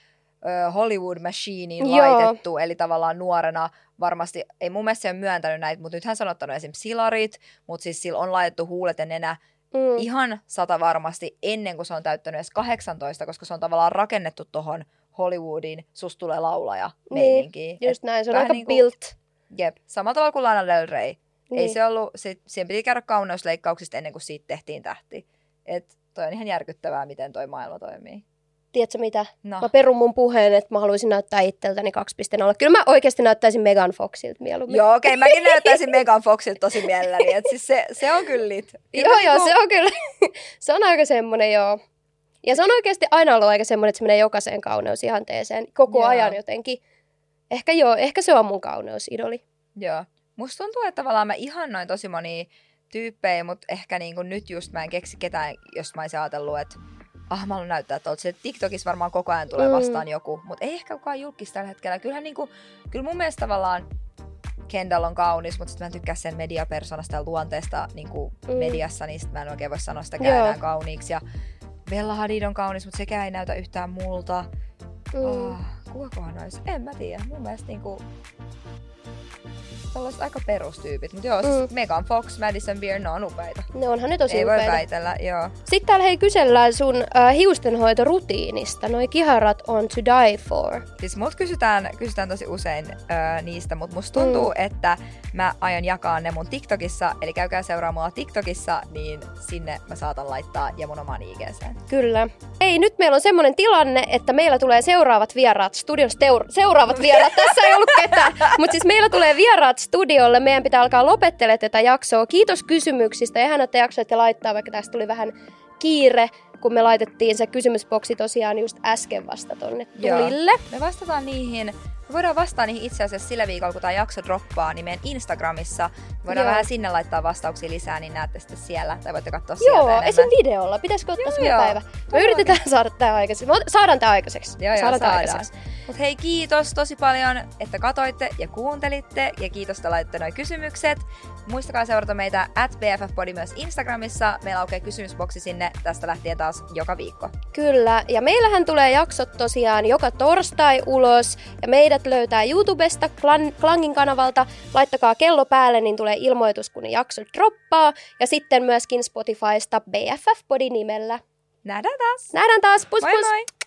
ö, Hollywood Machineen Joo. laitettu, eli tavallaan nuorena varmasti, ei mun mielestä se ole myöntänyt näitä, mutta nythän se on ottanut esimerkiksi silarit, mutta siis sillä on laitettu huulet ja nenä Mm. ihan sata varmasti ennen kuin se on täyttänyt edes kahdeksantoista, koska se on tavallaan rakennettu tohon Hollywoodiin, susta tulee laulaja meininkiin. Niin, just näin, se on vähän aika niinku- built. Jep, samalla tavalla kuin Lana Del Rey. Niin. Ei se ollut, se, siihen piti käydä kauneusleikkauksista ennen kuin siitä tehtiin tähti. Et toi on ihan järkyttävää, miten toi maailma toimii. Tiedätkö mitä? No. Mä perun mun puheen, että mä haluaisin näyttää itseltäni kaksi piste nolla. Kyllä mä oikeasti näyttäisin Megan Foxilta mieluummin. Joo, okei, okay, mäkin näyttäisin Megan Foxilta tosi mielelläni. Et siis se, se on kyllä lit. Kyllä Joo, niinku- joo, se on kyllä. Se on aika semmoinen, joo. Ja se on oikeasti aina ollut aika semmoinen, että se menee jokaiseen kauneusihanteeseen koko Joo. ajan jotenkin. Ehkä joo, ehkä se on mun kauneusidoli. Joo. Musta tuntuu, että tavallaan mä ihannoin tosi monia tyyppejä, mutta ehkä niinku nyt just mä en keksi ketään, jos mä olisin ajatellut, että ah, mä haluan näyttää tuolta. Se TikTokissa varmaan koko ajan tulee vastaan mm. joku, mutta ei ehkä kukaan julkista tällä hetkellä. Kyllähän niinku, kyllä mun mielestä tavallaan Kendall on kaunis, mutta sitten mä en tykkää sen mediapersonasta ja luonteesta niinku mm. mediassa, niin sit mä en oikein voi sanoa sitä enää kauniiksi. Ja Bella Hadid on kaunis, mutta sekään ei näytä yhtään multa. Mm. Oh, kukakohan olisi? En mä tiedä. Mun mielestä niinku tällaiset aika perustyypit. Mutta joo, siis mm. Megan Fox, Madison Beer, ne on upeita. Ne onhan ne tosi Ei upeita. voi väitellä, joo. Sitten täällä hei kysellään sun äh, hiustenhoitorutiinista. Noi kiharat on to die for. Siis mut kysytään, kysytään tosi usein ö, niistä, mutta musta tuntuu, mm. että mä aion jakaa ne mun TikTokissa, eli käykää seuraa mua TikTokissa, niin sinne mä saatan laittaa ja mun omaan I G:seen. Kyllä. Ei, nyt meillä on semmonen tilanne, että meillä tulee seuraavat vieraat studiossa. Teur- seuraavat vieraat, tässä ei ollut ketään. Mutta siis meillä tulee vieraat studiolle. Meidän pitää alkaa lopettelemaan tätä jaksoa. Kiitos kysymyksistä. Ihan, että jaksoitte laittaa, vaikka tästä tuli vähän kiire, kun me laitettiin se kysymysboksi tosiaan just äsken vasta tonne tulille. Joo. Me vastataan niihin, me voidaan vastata niihin itse asiassa sillä viikolla, kun tämä jakso droppaa, niin meidän Instagramissa. Me voidaan Joo. vähän sinne laittaa vastauksia lisää, niin näette sitten siellä. Tai voitte katsoa sieltä Joo, enemmän. esim. Videolla. Pitäisikö ottaa Joo, semmoinen joo. päivä? Me yritetään saada tämä aikaiseksi. Me saadaan tämä aikaiseksi. Joo, joo, saadaan tää saadaan. aikaiseksi. Mut hei, kiitos tosi paljon, että katoitte ja kuuntelitte. Ja kiitos, että laitatte noi kysymykset. Muistakaa seurata meitä at B F F Body myös Instagramissa. Meillä aukeaa kysymysboksi sinne tästä lähtien taas joka viikko. Kyllä, ja meillähän tulee jaksot tosiaan joka torstai ulos, ja meidät löytää YouTubesta, Klan- Klangin kanavalta. Laittakaa kello päälle, niin tulee ilmoitus, kun jakso droppaa, ja sitten myöskin Spotifysta B F F Body nimellä. Nähdään taas! Nähdään taas, pus Moi pus! moi!